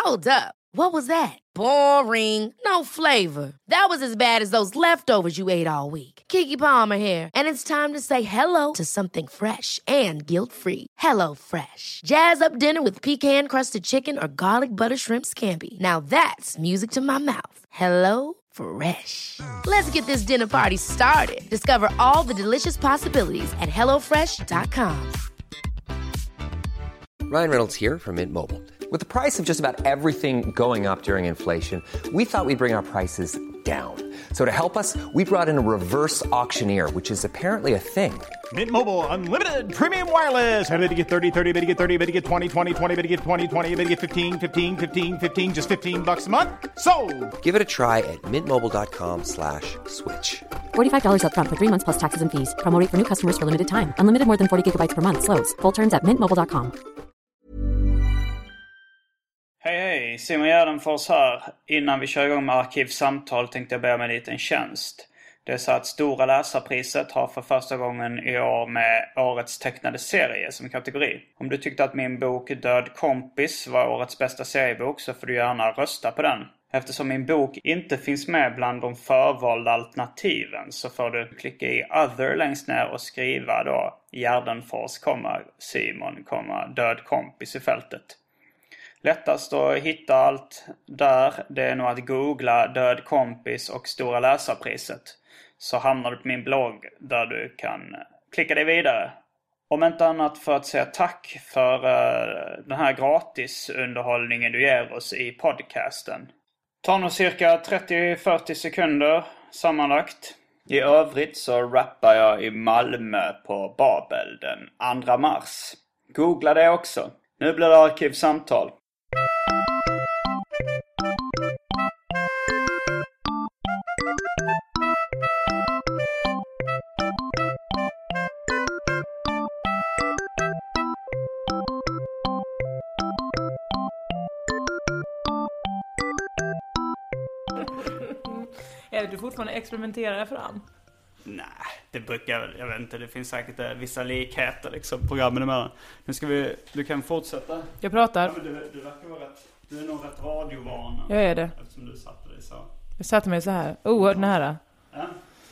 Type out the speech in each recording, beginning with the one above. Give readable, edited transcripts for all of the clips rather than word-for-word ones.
Hold up. What was that? Boring. No flavor. That was as bad as those leftovers you ate all week. Keke Palmer here, and it's time to say hello to something fresh and guilt-free. Hello Fresh. Jazz up dinner with pecan-crusted chicken or garlic butter shrimp scampi. Now that's music to my mouth. Hello Fresh. Let's get this dinner party started. Discover all the delicious possibilities at hellofresh.com. Ryan Reynolds here from Mint Mobile. With the price of just about everything going up during inflation, we thought we'd bring our prices down. So to help us, we brought in a reverse auctioneer, which is apparently a thing. Mint Mobile Unlimited Premium Wireless. How to get 30, 30, bit to get 30, bit to get 20, 20, 20, bit to get 20, 20, bit to get 15, 15, 15, 15, just $15 a month? Sold! Give it a try at mintmobile.com/switch. $45 up front for 3 months plus taxes and fees. Promo rate for new customers for limited time. Unlimited more than 40 gigabytes per month. Slows full terms at mintmobile.com. Hej, Simon Gärdenfors här. Innan vi kör igång med Arkivsamtal tänkte jag börja med en liten tjänst. Det är så att Stora läsarpriset har för första gången i år med årets tecknade serie som kategori. Om du tyckte att min bok Död kompis var årets bästa seriebok så får du gärna rösta på den. Eftersom min bok inte finns med bland de förvalda alternativen så får du klicka i Other längst ner och skriva då Gärdenfors, Simon, Död kompis i fältet. Lättast att hitta allt där, det är nog att googla Död kompis och Stora läsarpriset. Så hamnar du på min blogg där du kan klicka dig vidare. Om inte annat för att säga tack för den här gratisunderhållningen du ger oss i podcasten. Ta nog cirka 30-40 sekunder sammanlagt. I övrigt så rappar jag i Malmö på Babel den 2 mars. Googla det också. Nu blir det Arkivsamtal. Är du fortfarande experimenterar fram? Nej, det brukar jag vet inte, det finns säkert vissa likheter liksom programmen emellan. Nu ska du kan fortsätta. Jag pratar. Ja, men du verkar vara du är nog rätt radiovan. Jag är det. Eftersom du satte dig så. Jag satte mig så här, oerhört nära. Ja.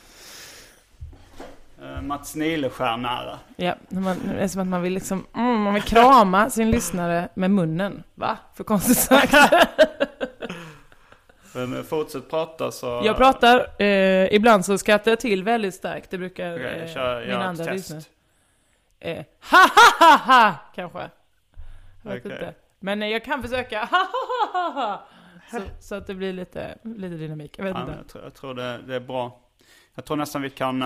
Mats Nileskär nära. Ja, det är som att man vill liksom man vill krama sin lyssnare med munnen. Va? För konstigt sagt. Men fortsätt prata så... Jag pratar, ibland så skrattar jag till väldigt starkt. Det brukar okay, min andra lyssnare. Ha ha ha ha kanske. Jag vet inte. Men jag kan försöka ha ha ha ha. Så att det blir lite dynamik. Jag vet inte. Jag tror det är bra. Jag tror nästan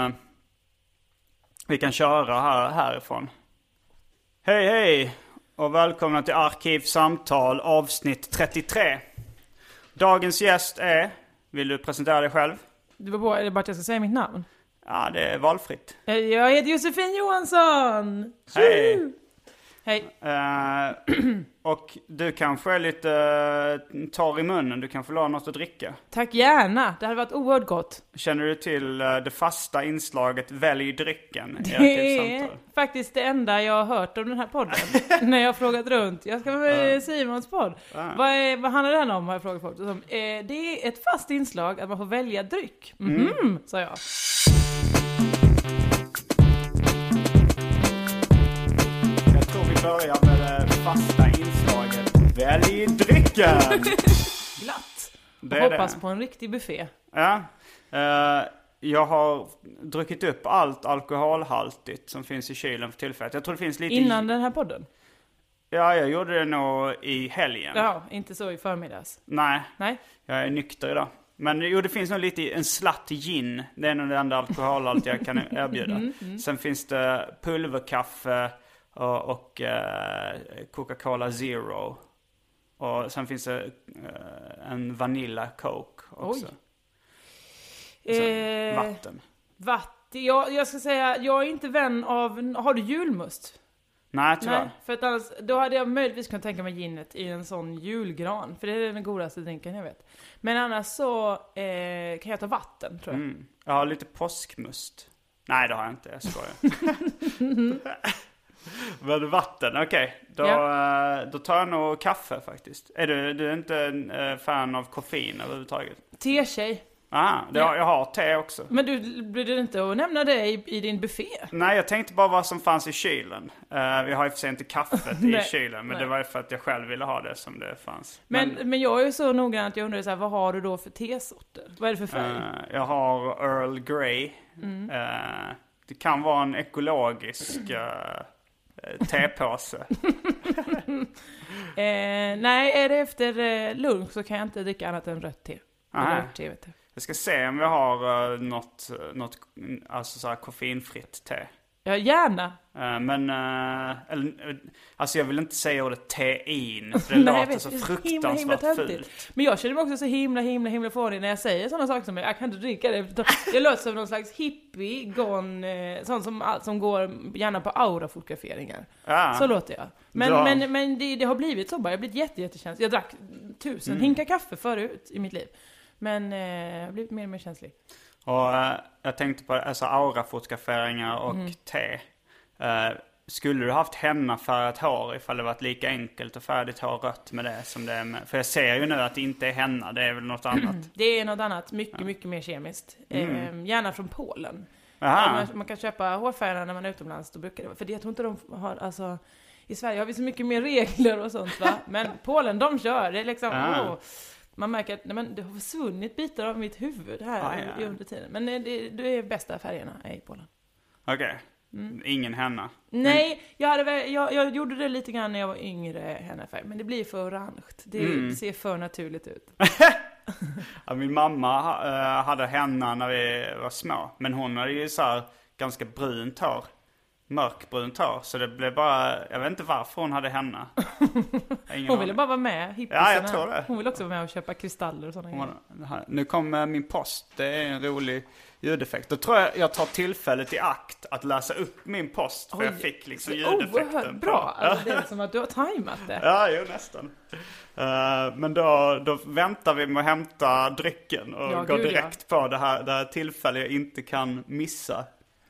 vi kan köra härifrån. Hej och välkomna till Arkivsamtal avsnitt 33. Dagens gäst är... Vill du presentera dig själv? Det var bra, är det bara att jag ska säga mitt namn? Ja, det är valfritt. Jag heter Josefin Johansson! Hej! Hej. Och du kanske är lite torr i munnen. Du kan få ha något att dricka. Tack gärna, det hade varit oerhört gott. Känner du till det fasta inslaget Välj drycken? Det är faktiskt det enda jag har hört om den här podden. När jag har frågat runt. Jag ska med Simons podd. Vad handlar den om, har jag frågat folk. Det är ett fast inslag att man får välja dryck. Sa jag. Vi börjar med det fasta inslaget Välj drycken. Glatt. Hoppas på en riktig buffé. Ja. Jag har druckit upp allt alkoholhaltigt som finns i kylen för tillfället. Jag tror det finns lite... Innan den här podden? Ja, jag gjorde det nog i helgen. Ja, inte så i förmiddags. Nej. Jag är nykter idag. Men det finns nog lite en slatt gin. Det är nog det enda alkoholhalt jag kan erbjuda. Sen finns det pulverkaffe och Coca-Cola Zero. Och sen finns det en Vanilla Coke också. Vatten. Jag ska säga, jag är inte vän av... Har du julmust? Nej, tyvärr. Nej, för att annars, då hade jag möjligtvis kunnat tänka mig ginet i en sån julgran. För det är den godaste drinken jag vet. Men annars så kan jag ta vatten, tror jag. Jag har lite påskmust. Nej, det har jag inte. Jag skojar. Men vatten, okej. Då tar jag nog kaffe faktiskt. Du är inte en fan av koffein överhuvudtaget? Te-tjej. Jag har te också. Men du brydde inte att nämna det i din buffé? Nej, jag tänkte bara vad som fanns i kylen. Vi har ju för sig inte kaffet i kylen, men det var ju för att jag själv ville ha det som det fanns. Men jag är ju så noggrann att jag undrar så här, vad har du då för tesorter? Vad är det för färg? Jag har Earl Grey. Det kan vara en ekologisk tepåse. Nej, är det efter lunch så kan jag inte dricka annat än rött te. Jag ska se om vi har något alltså så här koffeinfritt te. Ja, gärna. Alltså jag vill inte säga ordet tein, för det låter så fruktansvärt fult. Men jag känner mig också så himla fånig när jag säger sådana saker som jag kan inte dricka det. Jag låter som någon slags hippie, sån som går gärna på aura-fotograferingar. Så låter jag. Men det har blivit så bara. Jag har blivit jättekänslig. Jag drack 1000 hinkar kaffe förut i mitt liv. Men jag har blivit mer och mer känslig. Och jag tänkte på alltså aura-fotograferingar och te. Skulle du haft henna-färgat hår ifall det varit lika enkelt att färga ditt hår rött med det som det är med? För jag ser ju nu att det inte är henna, det är väl något annat. Det är något annat, mycket mer kemiskt. Gärna från Polen. Man kan köpa hårfärgerna när man är utomlands, då brukar det vara. För jag tror inte de har, alltså i Sverige har vi så mycket mer regler och sånt va. Men Polen, de kör, det är liksom... Man märker att det har försvunnit bitar av mitt huvud här under tiden. Men det är bästa färgerna i Polen. Okej. Ingen henna. Nej, jag gjorde det lite grann när jag var yngre, hennafärg. Men det blir för orange. Det ser för naturligt ut. Min mamma hade henna när vi var små. Men hon hade ju så här ganska brunt hår. Mörkbrunt hår. Så det blev bara... Jag vet inte varför hon hade henna. Hon ville bara vara med. Ja, jag tror det. Hon ville också vara med och köpa kristaller och sådana grejer. Nu kommer min post. Det är en rolig ljudeffekt. Då tror jag tar tillfället i akt att läsa upp min post. För jag fick liksom ljudeffekten. Bra. Alltså, det är som att du har tajmat det. Ja, jo, nästan. Men då väntar vi med att hämta drycken. Och går direkt på det här tillfället jag inte kan missa.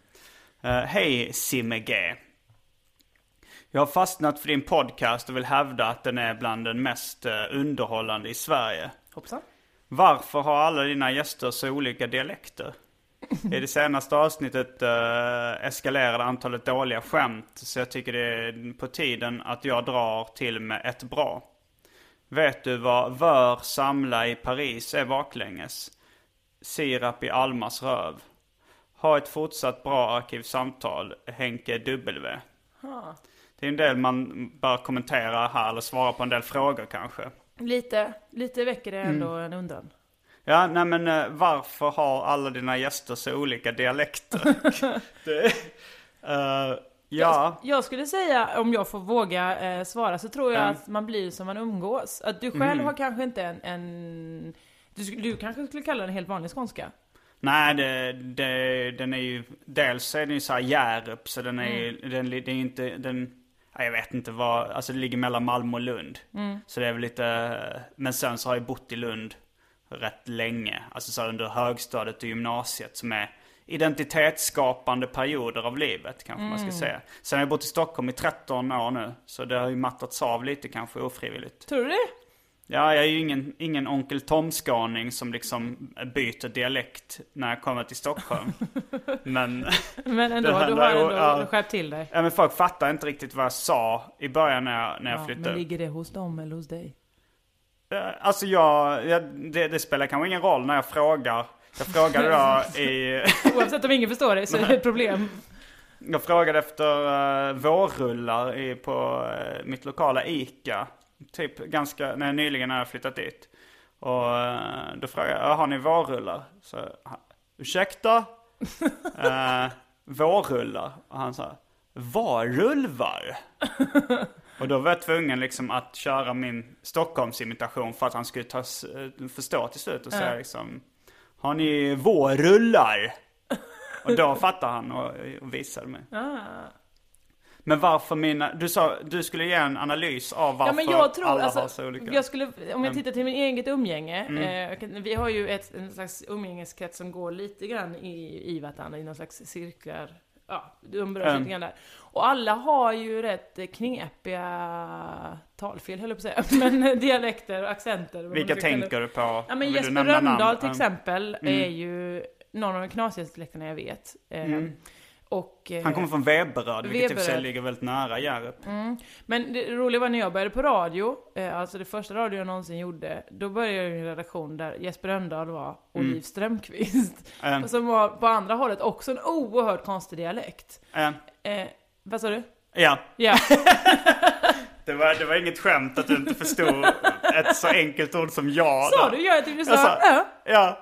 Hej Simme-G. Jag har fastnat för din podcast och vill hävda att den är bland den mest underhållande i Sverige. Hoppsan. Varför har alla dina gäster så olika dialekter? I det senaste avsnittet eskalerade antalet dåliga skämt, så jag tycker det är på tiden att jag drar till med ett bra. Vet du vad vör samla i Paris är baklänges? Sirap i Almas röv. Ha ett fortsatt bra arkivsamtal, Henke W. Det är en del man bör kommentera här eller svara på en del frågor kanske. Lite väcker det ändå en undran. Ja, nej men varför har alla dina gäster så olika dialekter? Jag skulle säga, om jag får våga svara, så tror jag att man blir som man umgås. Att du själv har kanske inte en du kanske skulle kalla den helt vanlig skånska. Nej, den är ju... Dels är den ju så här Hjärup, så den är det är inte... jag vet inte vad... Alltså det ligger mellan Malmö och Lund. Så det är väl lite... Men sen så har jag bott i Lund rätt länge. Alltså så under högstadiet och gymnasiet, som är identitetsskapande perioder av livet, kanske man ska säga. Sen har jag bott i Stockholm i 13 år nu, så det har ju mattats av lite kanske ofrivilligt. Tror du det? Ja, jag är ju ingen onkel Tom-skåning som liksom byter dialekt när jag kommer till Stockholm. Men ändå, du har ändå skärpt till dig. Ja, men folk fattar inte riktigt vad jag sa i början när jag flyttade. Men ligger det hos dem eller hos dig? Alltså det spelar kanske ingen roll när jag frågar. Jag frågade då i... Oavsett om ingen förstår dig så är det ett problem. Jag frågade efter vårrullar på mitt lokala Ica. Typ ganska nyligen när jag flyttat dit. Och då frågade jag, har ni vårrullar? Så, ursäkta? Vårrullar? Och han sa, varulvar? Och då var jag tvungen liksom att köra min Stockholmsimitation för att han skulle förstå till slut och säga liksom, har ni vårrullar? Och då fattade han och visade mig. Men varför du skulle ge en analys av varför men jag tror, alla har så olika... Om jag tittar till min eget umgänge, vi har ju en slags umgängeskrets som går lite grann i varandra, i någon slags cirklar de berörs lite grann där. Och alla har ju rätt knepiga talfel, höll jag på att säga. Men dialekter och accenter. Vilka tänker du på? Ja, men Jesper Rönndahl till exempel är ju någon av de knasigaste dialekterna jag vet. Och, han kommer från Veberöd, vilket i och för sig ligger väldigt nära Hjärup. Men det roliga var när jag började på radio, alltså det första radio jag någonsin gjorde, då började jag i en redaktion där Jesper Rönndahl var och Liv Strömqvist. Och som var på andra hållet också en oerhört konstig dialekt. Vad sa du? Ja. Ja. Det var inget skämt att du inte förstod ett så enkelt ord som ja. Sa du? Jag tyckte du sa ja.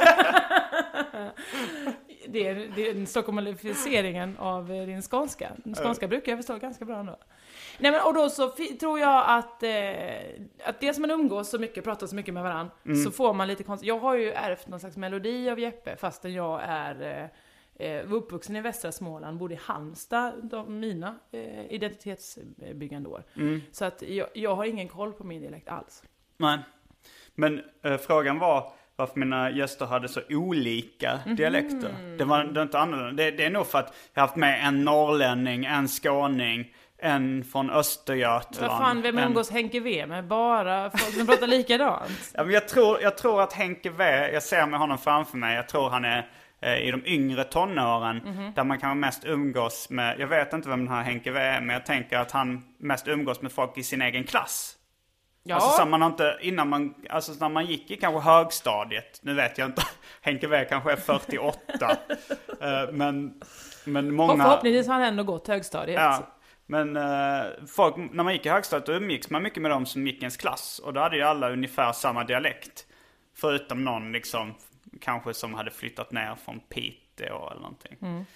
Det är den stockholmificeringen av din skånska. Skånska brukar jag förstå ganska bra ändå. Nej, men och då så tror jag att det som man umgås så mycket, pratar så mycket med varandra, så får man lite konstigt. Jag har ju ärvt någon slags melodi av Jeppe, fastän jag var uppvuxen i västra Småland, bodde i Halmstad, mina identitetsbyggande år. Så att jag har ingen koll på min dialekt alls. Nej, men frågan var varför mina gäster hade så olika dialekter. Det var inte annorlunda. Det är nog för att jag har haft med en norrlänning, en skåning, en från Östergötland. Vad fan, vem umgås Henke V med? Bara folk som pratar likadant. Ja, men jag tror att Henke V, jag ser med honom framför mig, jag tror han är i de yngre tonåren, där man kan mest umgås med, jag vet inte vem den här Henke V är, men jag tänker att han mest umgås med folk i sin egen klass. Ja. Alltså så man inte, när man gick i kanske högstadiet, nu vet jag inte, Henke V kanske är 48, men många... Förhoppningsvis har han ändå gått högstadiet. Ja, men folk, när man gick i högstadiet då umgicks man mycket med dem som gick i ens klass, och då hade ju alla ungefär samma dialekt, förutom någon liksom, kanske som hade flyttat ner från Piteå eller någonting.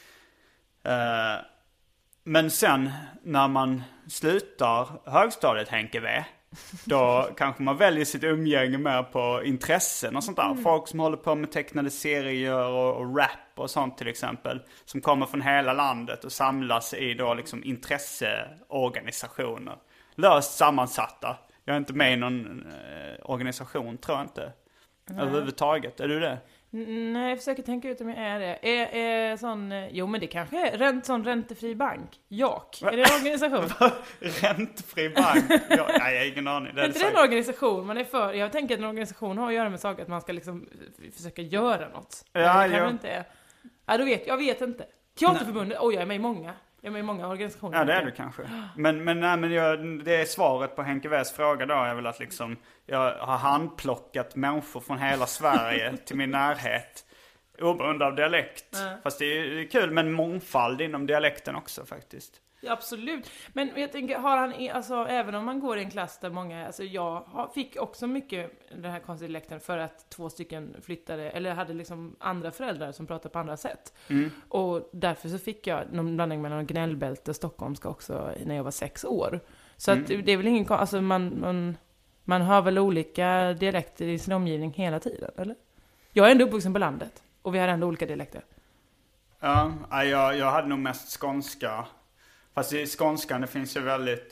Men sen när man slutar högstadiet, Henke V, då kanske man väljer sitt umgänge mer på intressen och sånt där. Folk som håller på med tecknade serier och rap och sånt till exempel, som kommer från hela landet och samlas i då liksom intresseorganisationer. Löst sammansatta. Jag är inte med i någon organisation, tror jag inte. Överhuvudtaget. Är du det? Nej, jag försöker tänka ut om jag är det. Är sån, jo men det kanske är sån räntefri bank. Jak. Är det en organisation? Räntefri bank? Nej, jag har ingen aning. Det är inte en organisation man är för. Jag tänker att en organisation har att göra med saker att man ska liksom försöka göra något. Ja, det inte. Ja, jag vet inte. Teaterförbundet, jag är med i många. Jag är med i många organisationer. Ja, det är du kanske. Men det är svaret på Henke V's fråga då är väl att liksom, jag har handplockat människor från hela Sverige till min närhet, oberoende av dialekt. Fast det är kul med en mångfald inom dialekten också faktiskt. Ja, absolut. Men jag tänker, har han, alltså även om man går i en klass där många, alltså fick också mycket den här konstiga dialekten för att 2 stycken flyttade, eller hade liksom andra föräldrar som pratade på andra sätt. Och därför så fick jag någon blandning mellan gnällbälte och stockholmska också när jag var 6 år. Så att det är väl ingen, alltså man hör väl olika dialekter i sin omgivning hela tiden, eller? Jag är ändå uppvuxen på landet och vi har ändå olika dialekter. Ja, jag hade nog mest skånska. Fast i skånskan det finns ju väldigt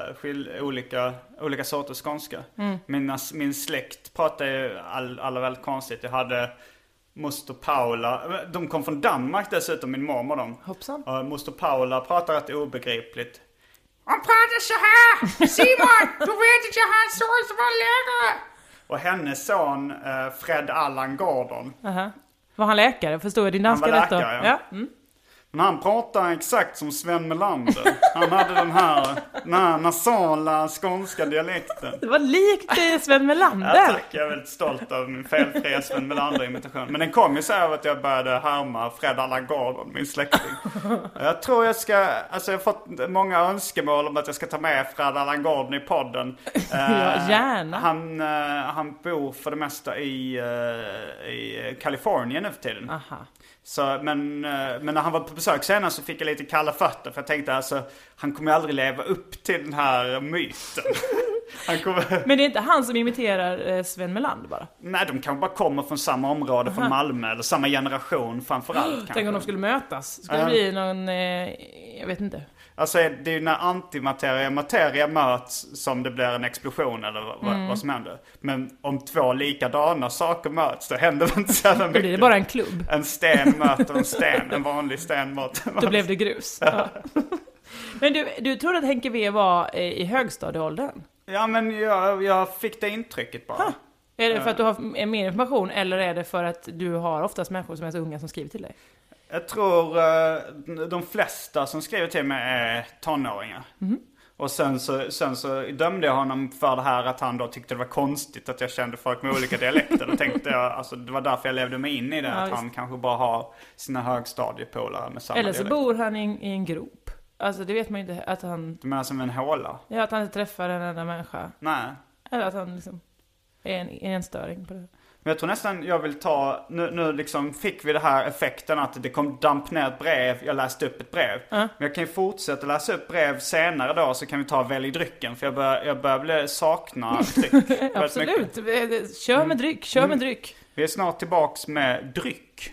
olika sorters skånska. Min släkt pratar ju alla väldigt konstigt. Jag hade moster Paula. De kom från Danmark dessutom, min mormor och dem. Hoppsan. Moster Paula pratar rätt obegripligt. Han pratar så här! Simon, du vet att jag har en son som var läkare! Och hennes son Fred Allan Gordon. Var han läkare? Förstår jag din danska rätt då? Han var läkare, ja. Men han pratar exakt som Sven Melander. Han hade den här nasala skånska dialekten. Det var likt Sven Melander. Ja, tack. Jag är väldigt stolt av min felfria Sven Melander-imitation. Men den kom ju så av att jag började härma Fred Allan Gordon, min släkting. Jag tror jag har fått många önskemål om att jag ska ta med Fred Allan Gordon i podden. Ja, gärna. Han bor för det mesta i Kalifornien nu för tiden. Aha. Så, men när han var på besök senast så fick jag lite kalla fötter. För jag tänkte han kommer aldrig leva upp till den här myten. Men det är inte han som imiterar Sven Melander bara? Nej, de kanske bara kommer från samma område, från Malmö. Eller samma generation framförallt. Tänk om de skulle mötas. Skulle det bli någon, jag vet inte. Alltså det är ju när antimateria och materia möts som det blir en explosion eller vad som händer. Men om två likadana saker möts, då händer det inte så mycket. Då blir det bara en klubb. En sten möter en sten, en vanlig sten möter. Då blev det grus. Ja. Men du trodde att Henke V var i högstadieåldern? Ja, men jag fick det intrycket bara. Är det för att du har mer information, eller är det för att du har oftast människor som är så unga som skriver till dig? Jag tror de flesta som skriver till mig är tonåringar. Och sen så dömde jag honom för det här att han då tyckte det var konstigt att jag kände folk med olika dialekter. Då tänkte jag, alltså det var därför jag levde mig in i det, att han kanske bara har sina högstadiepolare med samma dialekt. Eller så bor han i en grop. Alltså det vet man ju inte, att han... Du menar som en håla? Ja, att han inte träffar en enda människa. Nej. Eller att han liksom är en störing på det. Men jag tror nästan jag vill ta... Nu liksom fick vi det här effekten att det kom damp ner ett brev. Jag läste upp ett brev. Men jag kan ju fortsätta läsa upp brev senare då, så kan vi ta välj drycken. För jag börjar sakna dryck. Absolut. Kör med dryck. Kör med dryck. Vi är snart tillbaks med dryck.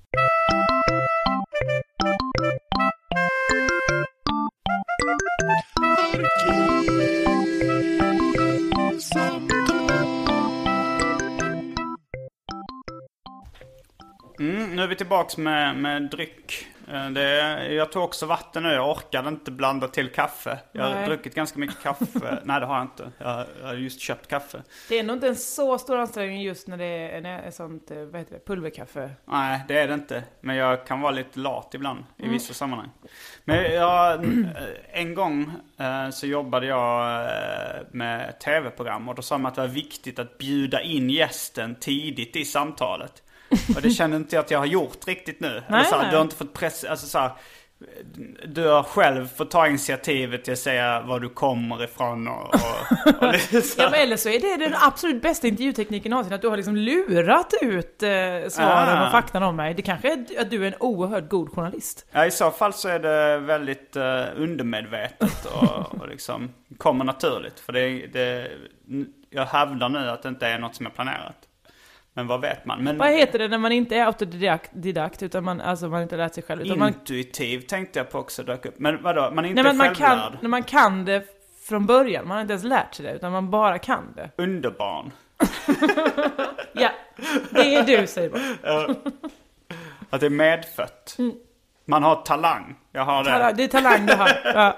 Nu är vi tillbaks med dryck. Jag tog också vatten nu. Jag orkade inte blanda till kaffe. Jag har druckit ganska mycket kaffe. Nej, det har jag inte. Jag har just köpt kaffe. Det är nog inte en så stor ansträngning just när det är sånt, vad heter det, pulverkaffe. Nej, det är det inte. Men jag kan vara lite lat ibland i vissa sammanhang. Men en gång så jobbade jag med ett tv-program. Och då sa man att det var viktigt att bjuda in gästen tidigt i samtalet. Och det känner inte jag att jag har gjort riktigt nu. Nej, så här, du har inte fått press, alltså så här, du har själv fått ta initiativet till att säga var du kommer ifrån och ja, men eller så är det den absolut bästa intervjutekniken någonsin, att du har liksom lurat ut svaren och faktan om mig. Det kanske är att du är en oerhört god journalist. Ja, i så fall så är det väldigt undermedvetet och liksom kommer naturligt. För jag hävdar nu att det inte är något som är planerat. Men vad vet man? Men, vad heter det när man inte är autodidakt utan man inte lärt sig själv? Utan intuitiv tänkte jag på också dök upp. Men vadå? Man är inte självlärd? När man kan det från början. Man har inte ens lärt sig det utan man bara kan det. Underbarn. Ja, det är du, säger man. Att det är medfött. Man har talang. Jag har det. Det är talang du har. Ja.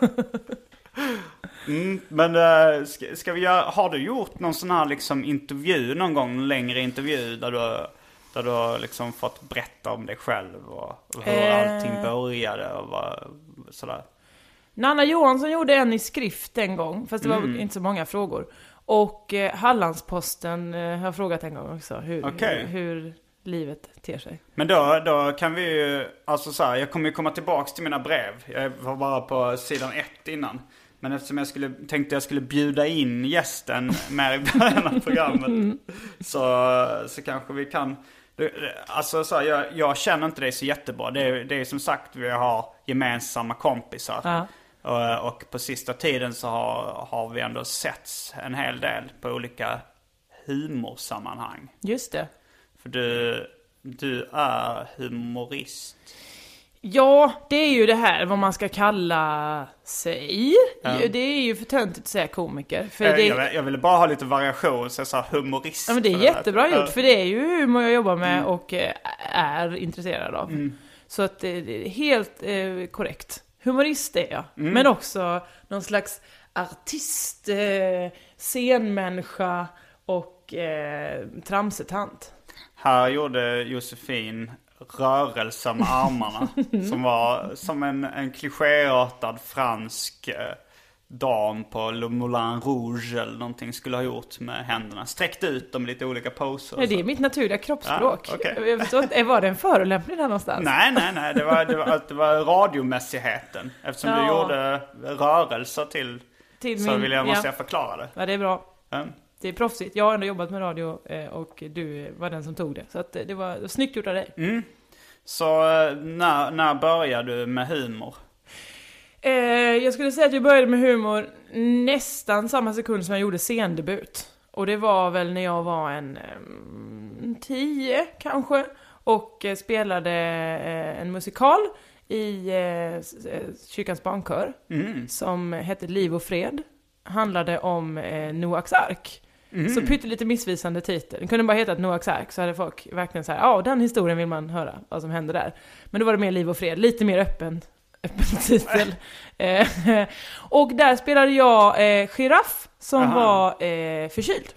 Men ska vi göra, har du gjort någon sån här liksom intervju någon gång, en längre intervju där du har liksom fått berätta om dig själv och hur allting började och sådär? Nanna Johansson gjorde en i skrift en gång, fast det var inte så många frågor. Och Hallandsposten har frågat en gång också hur livet ter sig. Men då kan vi ju, alltså så här, jag kommer ju komma tillbaks till mina brev. Jag var bara på sidan 1 innan. Men eftersom jag tänkte jag skulle bjuda in gästen med i början av programmet så kanske vi kan... Alltså så här, jag känner inte det så jättebra. Det är som sagt, vi har gemensamma kompisar. Och på sista tiden så har vi ändå setts en hel del på olika humorsammanhang. Just det. För du är humorist. Ja, det är ju det här vad man ska kalla sig. Det är ju för töntigt att säga komiker. För jag ville bara ha lite variation, så jag sa humorist. Ja, men det är jättebra gjort, för det är ju humor jag jobbar med och är intresserad av. Så att det är helt korrekt. Humorist är jag, men också någon slags artist, scenmänniska och tramsetant. Här gjorde Josefin rörelse med armarna som var som en klichéartad fransk dam på Le Moulin Rouge eller någonting skulle ha gjort med händerna. Sträckt ut dem i lite olika poser. Ja, det är mitt naturliga kroppsspråk. Ja, okay. Jag förstår inte, var det en förolämpning där någonstans? Nej. Det var radiomässigheten. Eftersom du gjorde rörelser till så måste jag förklara det. Ja, det är bra. Det är proffsigt. Jag har ändå jobbat med radio och du var den som tog det. Så att det var snyggt gjort av dig. Så när började du med humor? Jag skulle säga att jag började med humor nästan samma sekund som jag gjorde scendebut. Och det var väl när jag var en 10 kanske. Och spelade en musikal i kyrkans barnkör som hette Liv och fred. Handlade om Noaks ark. Så pyttelite missvisande titel. Den kunde bara heta Noaks ark, så hade folk verkligen så här, den historien vill man höra, vad som hände där. Men då var det mer Liv och fred, lite mer öppen titel. Och där spelade jag Giraff som var förkyld.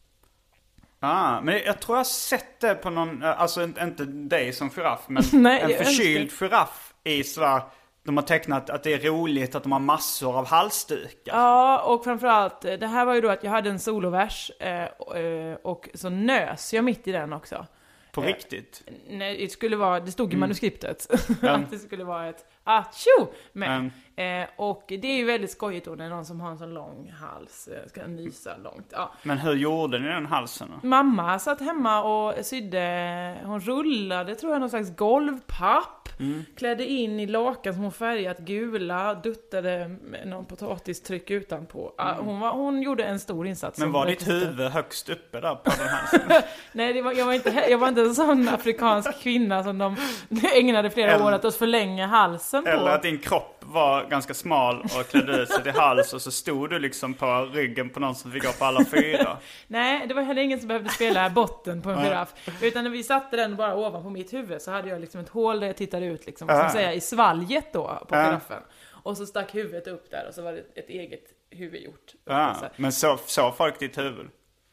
Men jag tror jag har sett det på någon, alltså inte dig som giraff, men Nej, en förkyld giraff i sådär. De har tecknat att det är roligt att de har massor av halsdukar. Ja, och framförallt, det här var ju då att jag hade en solovers och så nös jag mitt i den också. På riktigt? Nej, det stod i manuskriptet att det skulle vara ett tjo! Och det är ju väldigt skojigt då när någon som har en sån lång hals ska nysa långt. Ja. Men hur gjorde ni den halsen då? Mamma satt hemma och sydde, hon rullade tror jag någon slags golvpapp. Klädde in i lakan som hon färgat gula, duttade någon potatistryck utanpå. Hon gjorde en stor insats. Men var ditt huvud högst uppe där på den halsen? Nej, jag var inte en sån afrikansk kvinna som de ägnade flera år att förlänga halsen på. Eller att din kropp var ganska smal och klädde ut sig till hals och så stod du liksom på ryggen på någon som fick gå på alla fyra. Nej, det var heller ingen som behövde spela botten på en giraff. Utan när vi satte den bara ovanpå mitt huvud så hade jag liksom ett hål där jag tittade ut liksom, som säga, i svalget då på giraffen. Och så stack huvudet upp där och så var det ett eget huvud gjort. Men så folk ditt huvud?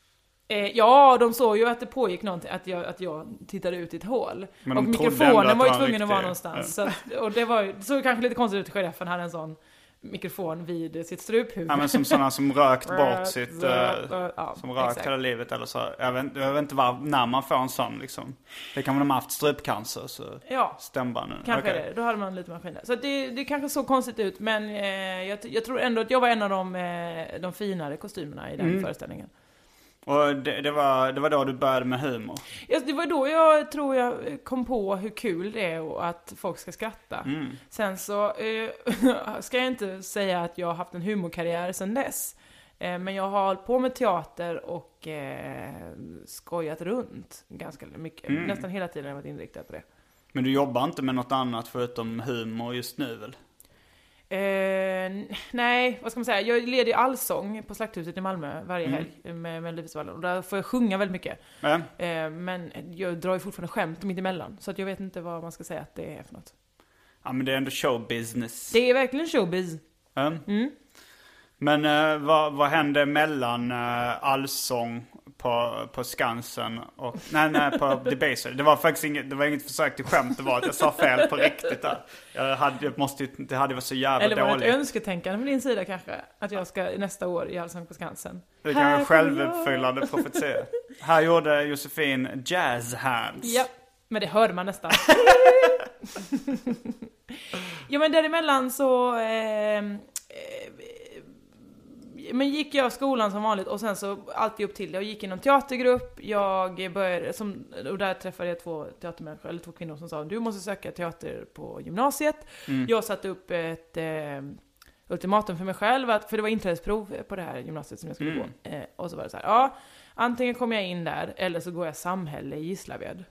Ja, de såg ju att det pågick någonting, att jag tittade ut i ett hål. Men och mikrofonen var ju tvungen att vara någonstans. Och det såg kanske lite konstigt ut. Giraffen hade en sån mikrofon vid sitt struphuvud. Ja, men som sådana som rökt bort sitt som rökt hela livet eller så. Jag vet inte när man får en sån liksom. Det kan man ha haft strupcancer så stämbanden. Kanske det. Då hade man lite maskiner. Så det kanske såg konstigt ut, men jag tror ändå att jag var en av de finare kostymerna i den föreställningen. Och det var då du började med humor? Ja, det var då jag tror jag kom på hur kul det är och att folk ska skratta. Sen så ska jag inte säga att jag har haft en humorkarriär sedan dess. Men jag har hållit på med teater och skojat runt ganska mycket. Nästan hela tiden har jag varit inriktad på det. Men du jobbar inte med något annat förutom humor just nu väl? Nej, vad ska man säga? Jag leder ju allsång på Slakthuset i Malmö varje helg med Melodifestivalen. Och där får jag sjunga väldigt mycket. Men jag drar ju fortfarande skämt mitt emellan. Så att jag vet inte vad man ska säga att det är för något. Ja, men det är ändå showbusiness. Det är verkligen showbiz. Men vad hände mellan allsång på Skansen och nej på Debaser? Det var faktiskt inget försök till skämt, det var att jag sa fel på riktigt där. Det hade varit så jävla dåligt. Eller var det ett önsketänkande från din sida kanske? Att jag ska nästa år i Allsång på Skansen. Det kan jag självuppfyllande profetia. Här gjorde Josefin jazz hands. Ja, men det hörde man nästan. Ja, men däremellan så men gick jag skolan som vanligt och sen så alltid upp till det. Jag gick i någon teatergrupp. Jag började och där träffade jag två teatermänniskor eller två kvinnor som sa du måste söka teater på gymnasiet. Jag satte upp ett ultimatum för mig själv för det var inträdesprov på det här gymnasiet som jag skulle gå. Och så var det så här, antingen kommer jag in där eller så går jag samhälle i Gislaved.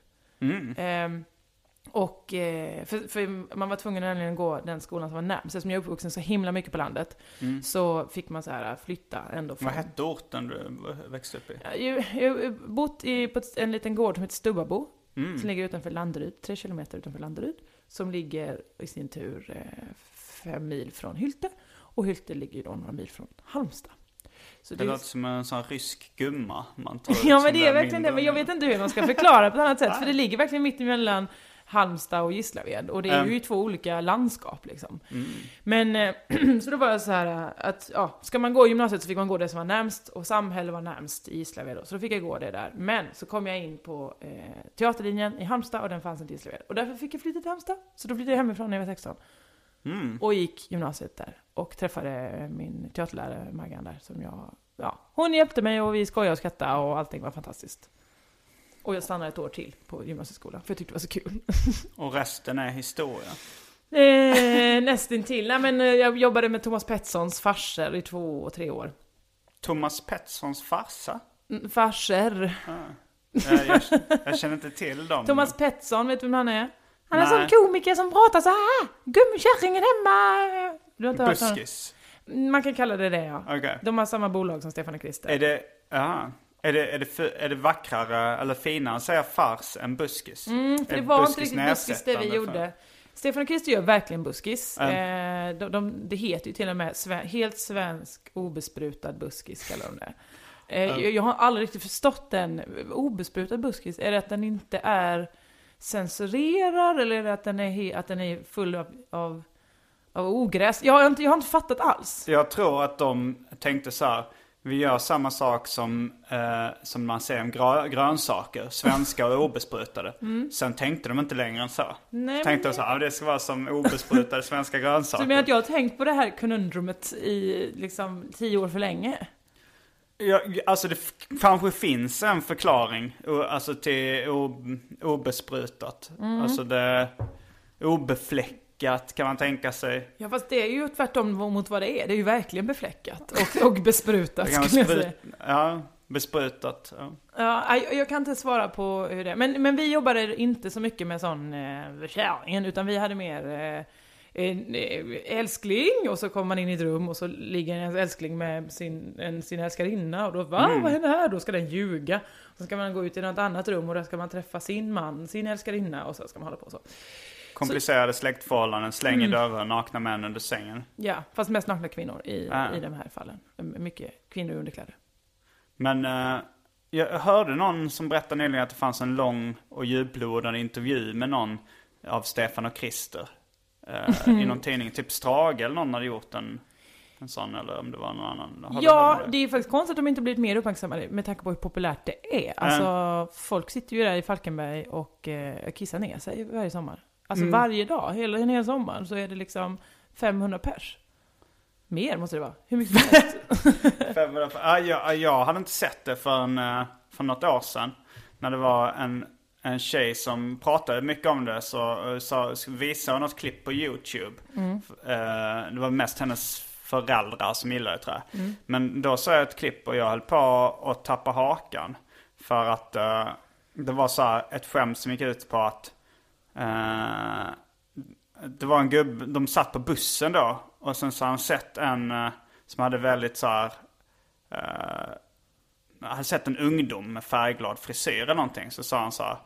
Och för man var tvungen att gå den skolan som var närmast. Som jag är uppvuxen så himla mycket på landet så fick man så här flytta ändå från... Vad hette orten du växte upp i? Jag bott på en liten gård som heter Stubbabo som ligger utanför Landeryd, 3 kilometer utanför Landeryd, som ligger i sin tur 5 mil från Hylte, och Hylte ligger ju då några mil från Halmstad. Så det låter som en sån rysk gumma man tar. Ja, men det är verkligen det, men jag vet inte hur man ska förklara på ett annat sätt, för det ligger verkligen mitt emellan Halmstad och Gislaved, och det är ju 2 olika landskap liksom. Men så då var det så här att ska man gå i gymnasiet så fick man gå det som var närmst, och samhälle var närmst i Gislaved då. Så då fick jag gå det där. Men så kom jag in på teaterlinjen i Halmstad, och den fanns inte i Gislaved. Och därför fick jag flytta till Halmstad. Så då flyttade jag hemifrån när jag var 16. Och gick gymnasiet där och träffade min teaterlärare Maggan där, som hon hjälpte mig och vi skojade och skrattade och allting var fantastiskt. Och jag stannade ett år till på gymnasieskolan för jag tyckte det var så kul. Och resten är historia? Nästintill. Nej, men jag jobbade med Thomas Petterssons farser i 2 och 3 år. Thomas Petterssons farsa? Farser. Jag känner inte till dem. Thomas Pettersson, vet du vem han är? Han är en sån komiker som pratar så här. Gummikärringen hemma. Du har inte hört honom? Buskis. Man kan kalla det, ja. Okay. De har samma bolag som Stefan och Krister. Är det vackrare eller finare att säga fars än buskis? För det var inte riktigt buskis det vi gjorde. Stefan och Krister gör verkligen buskis. Det heter ju till och med helt svensk obesprutad buskis kallar de det. Jag har aldrig riktigt förstått den. Obesprutad buskis, är det att den inte är censurerad eller är det att den är full av ogräs? Jag har inte fattat alls. Jag tror att de tänkte så här: vi gör samma sak som man säger om grönsaker, svenska och obesprutade. Sen tänkte de inte längre än så. Tänkte de så här, det ska vara som obesprutade svenska grönsaker. Så du menar att jag har tänkt på det här konundrumet i liksom 10 år för länge? Ja, alltså det kanske finns en förklaring alltså till obesprutat. Alltså det obefläckat kan man tänka sig. Ja, fast det är ju tvärtom mot vad det är. Det är ju verkligen befläckat och besprutat skulle jag säga. Ja, besprutat. Ja, jag kan inte svara på hur det är. Men vi jobbade inte så mycket med sån kärringen, utan vi hade mer älskling, och så kommer man in i ett rum och så ligger en älskling med sin älskarinna, och då vad händer här? Då ska den ljuga. Och så ska man gå ut i något annat rum och där ska man träffa sin man, sin älskarinna, och så ska man hålla på så. Komplicerade släktförhållanden, slänger dörrar, nakna män under sängen. Ja, fast mest nakna kvinnor i de här fallen. Mycket kvinnor i underkläder. Men jag hörde någon som berättade nyligen att det fanns en lång och djuplodande intervju med någon av Stefan och Krister. I någon tidning, typ Strage eller någon hade gjort en sån, eller om det var någon annan. Ja, det är faktiskt konstigt att de inte blivit mer uppmärksammade med tanke på hur populärt det är. Alltså, folk sitter ju där i Falkenberg och kissar ner sig varje sommar. Alltså varje dag, hela en hel sommar, så är det liksom 500 pers. Mer måste det vara. Hur mycket som helst? 500 pers. Jag hade inte sett det för något år sedan. När det var en tjej som pratade mycket om det, så visade något klipp på YouTube. Det var mest hennes föräldrar som gillade det, tror jag. Men då såg jag ett klipp och jag höll på att tappa hakan. För att det var så här ett skämt som gick ut på att det var en gubbe, de satt på bussen då, och sen så hade han sett en som hade väldigt så här hade sett en ungdom med färgglad frisyr eller någonting. Så sa han så här,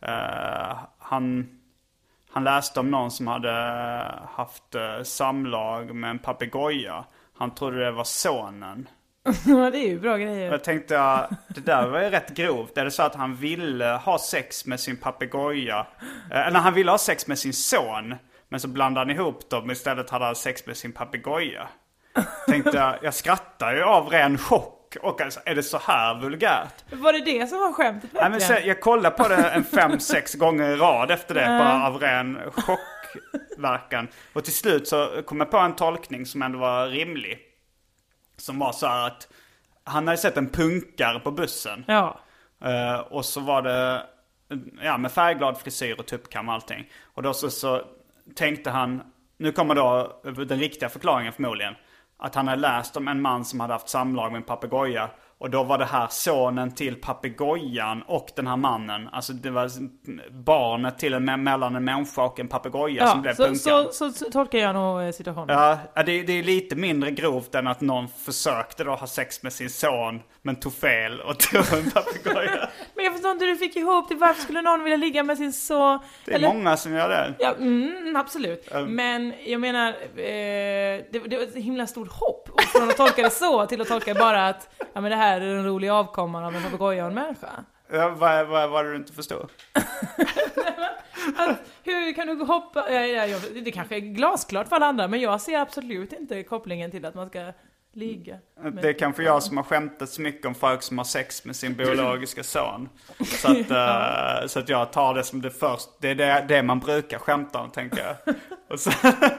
han läste om någon som hade haft samlag med en papegoja. Han trodde det var sonen. Ja, det är ju bra grejer. Jag tänkte, det där var ju rätt grovt. Är det så att han ville ha sex med sin papegoja? Eller han ville ha sex med sin son, men så blandade han ihop dem. Istället hade han sex med sin papegoja. Tänkte jag skrattar ju av ren chock. Och alltså, är det så här vulgärt? Var det som var skämtet? Nej, men så, jag kollade på det 5-6 gånger i rad efter det. Bara av ren chockverkan. Och till slut så kom jag på en tolkning som ändå var rimlig. Som var så här att han hade sett en punkare på bussen. Ja. Och så var det med färgglad frisyr och tuppkam och allting. Och då så tänkte han, nu kommer då den riktiga förklaringen förmodligen, att han hade läst om en man som hade haft samlag med en papegoja. Och då var det här sonen till papegojan och den här mannen. Alltså det var barnet till mellan en människa och en papegoja som blev punkad. Så tolkar jag nog situationen. Ja, det är lite mindre grovt än att någon försökte då ha sex med sin son men tog fel och tog en papegoja. Men jag förstår inte hur du fick ihop det. Varför skulle någon vilja ligga med sin son? Det är många som gör det. Ja, absolut. Men jag menar, det var ett himla stort hopp. Och från att tolka det så till att tolka bara att men det här är en rolig avkomman av en papegoja och en människa. Ja, vad var det du inte förstår? Hur kan du hoppa? Det kanske är glasklart för alla andra, men jag ser absolut inte kopplingen till att man ska ligga. Det är kanske jag som har skämtat så mycket om folk som har sex med sin biologiska son. Så att jag tar det som det först. Det är det man brukar skämta om, tänker jag. Och så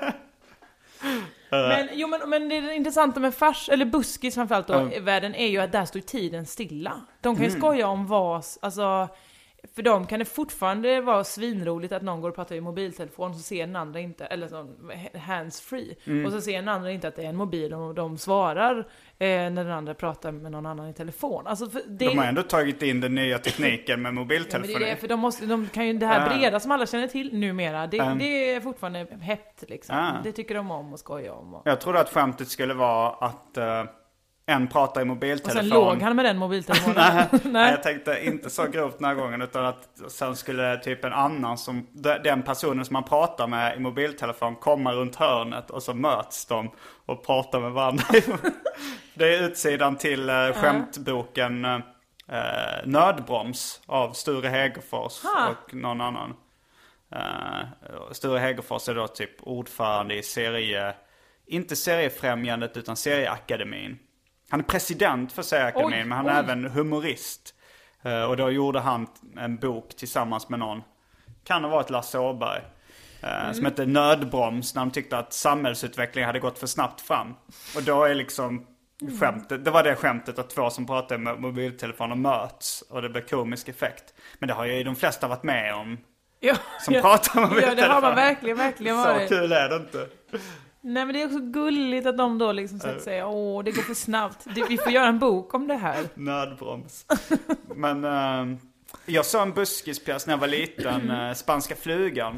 men det intressanta med fars, eller buskis framförallt då, i världen är ju att där står tiden stilla. De kan ju skoja om vad, alltså, för dem kan det fortfarande vara svinroligt att någon går och pratar i mobiltelefon, så ser den andra inte, eller sån hands-free, och så ser den andra inte att det är en mobil och de svarar när den andra pratar med någon annan i telefon. Alltså de har ändå tagit in den nya tekniken med mobiltelefoni. Ja, men det är för de kan ju det här breda som alla känner till numera. Det är fortfarande hett liksom. Det tycker de om och skoja om. Jag trodde att skämtet skulle vara att en pratar i mobiltelefon. Och sen låg han med den mobiltelefonen. Nej, jag tänkte inte så grovt den här gången, utan att sen skulle typ en annan den personen som man pratar med i mobiltelefon komma runt hörnet och så möts de och pratar med varandra. Det är utsidan till skämtboken Nödbroms av Sture Hegerfors och någon annan. Sture Hegerfors är då typ ordförande i inte seriefrämjandet utan serieakademin. Han är president för serieakademin, men han är även humorist. Och då gjorde han en bok tillsammans med någon, kan ha varit Lasse Åberg, som heter Nödbroms, när de tyckte att samhällsutvecklingen hade gått för snabbt fram. Och då är liksom skämtet, det var det skämtet att två som pratar med mobiltelefoner möts och det blir komisk effekt. Men det har ju de flesta varit med om. Som pratar med mobiltelefon. Ja, det har man verkligen varit. Så kul är det inte. Nej, men det är också gulligt att de då liksom säger det går för snabbt. Vi får göra en bok om det här. Nödbroms. Men jag såg en buskispjäs när jag var liten, Spanska flugan.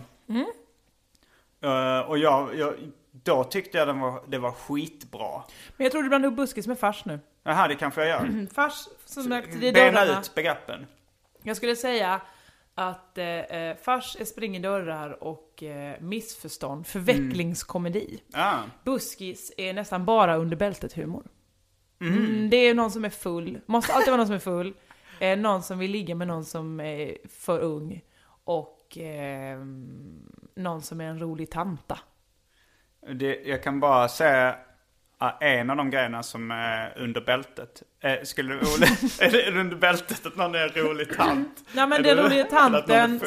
Och jag då tyckte jag det var skitbra. Men jag tror du blandar upp buskis med fars nu. Jaha, det kanske jag gör. Fars, som sagt, det är bena dörrarna. Ut begreppen. Jag skulle säga att fars är spring i dörrar och missförstånd, förvecklingskomedi. Buskis är nästan bara under bältet humor. Det är någon som är full, måste alltid vara någon som är full, någon som vill ligga med någon som är för ung och någon som är en rolig tanta. Jag kan bara säga en av de grejerna som är under bältet. Är det under bältet att någon är en rolig tant? Nej, men den roliga tanten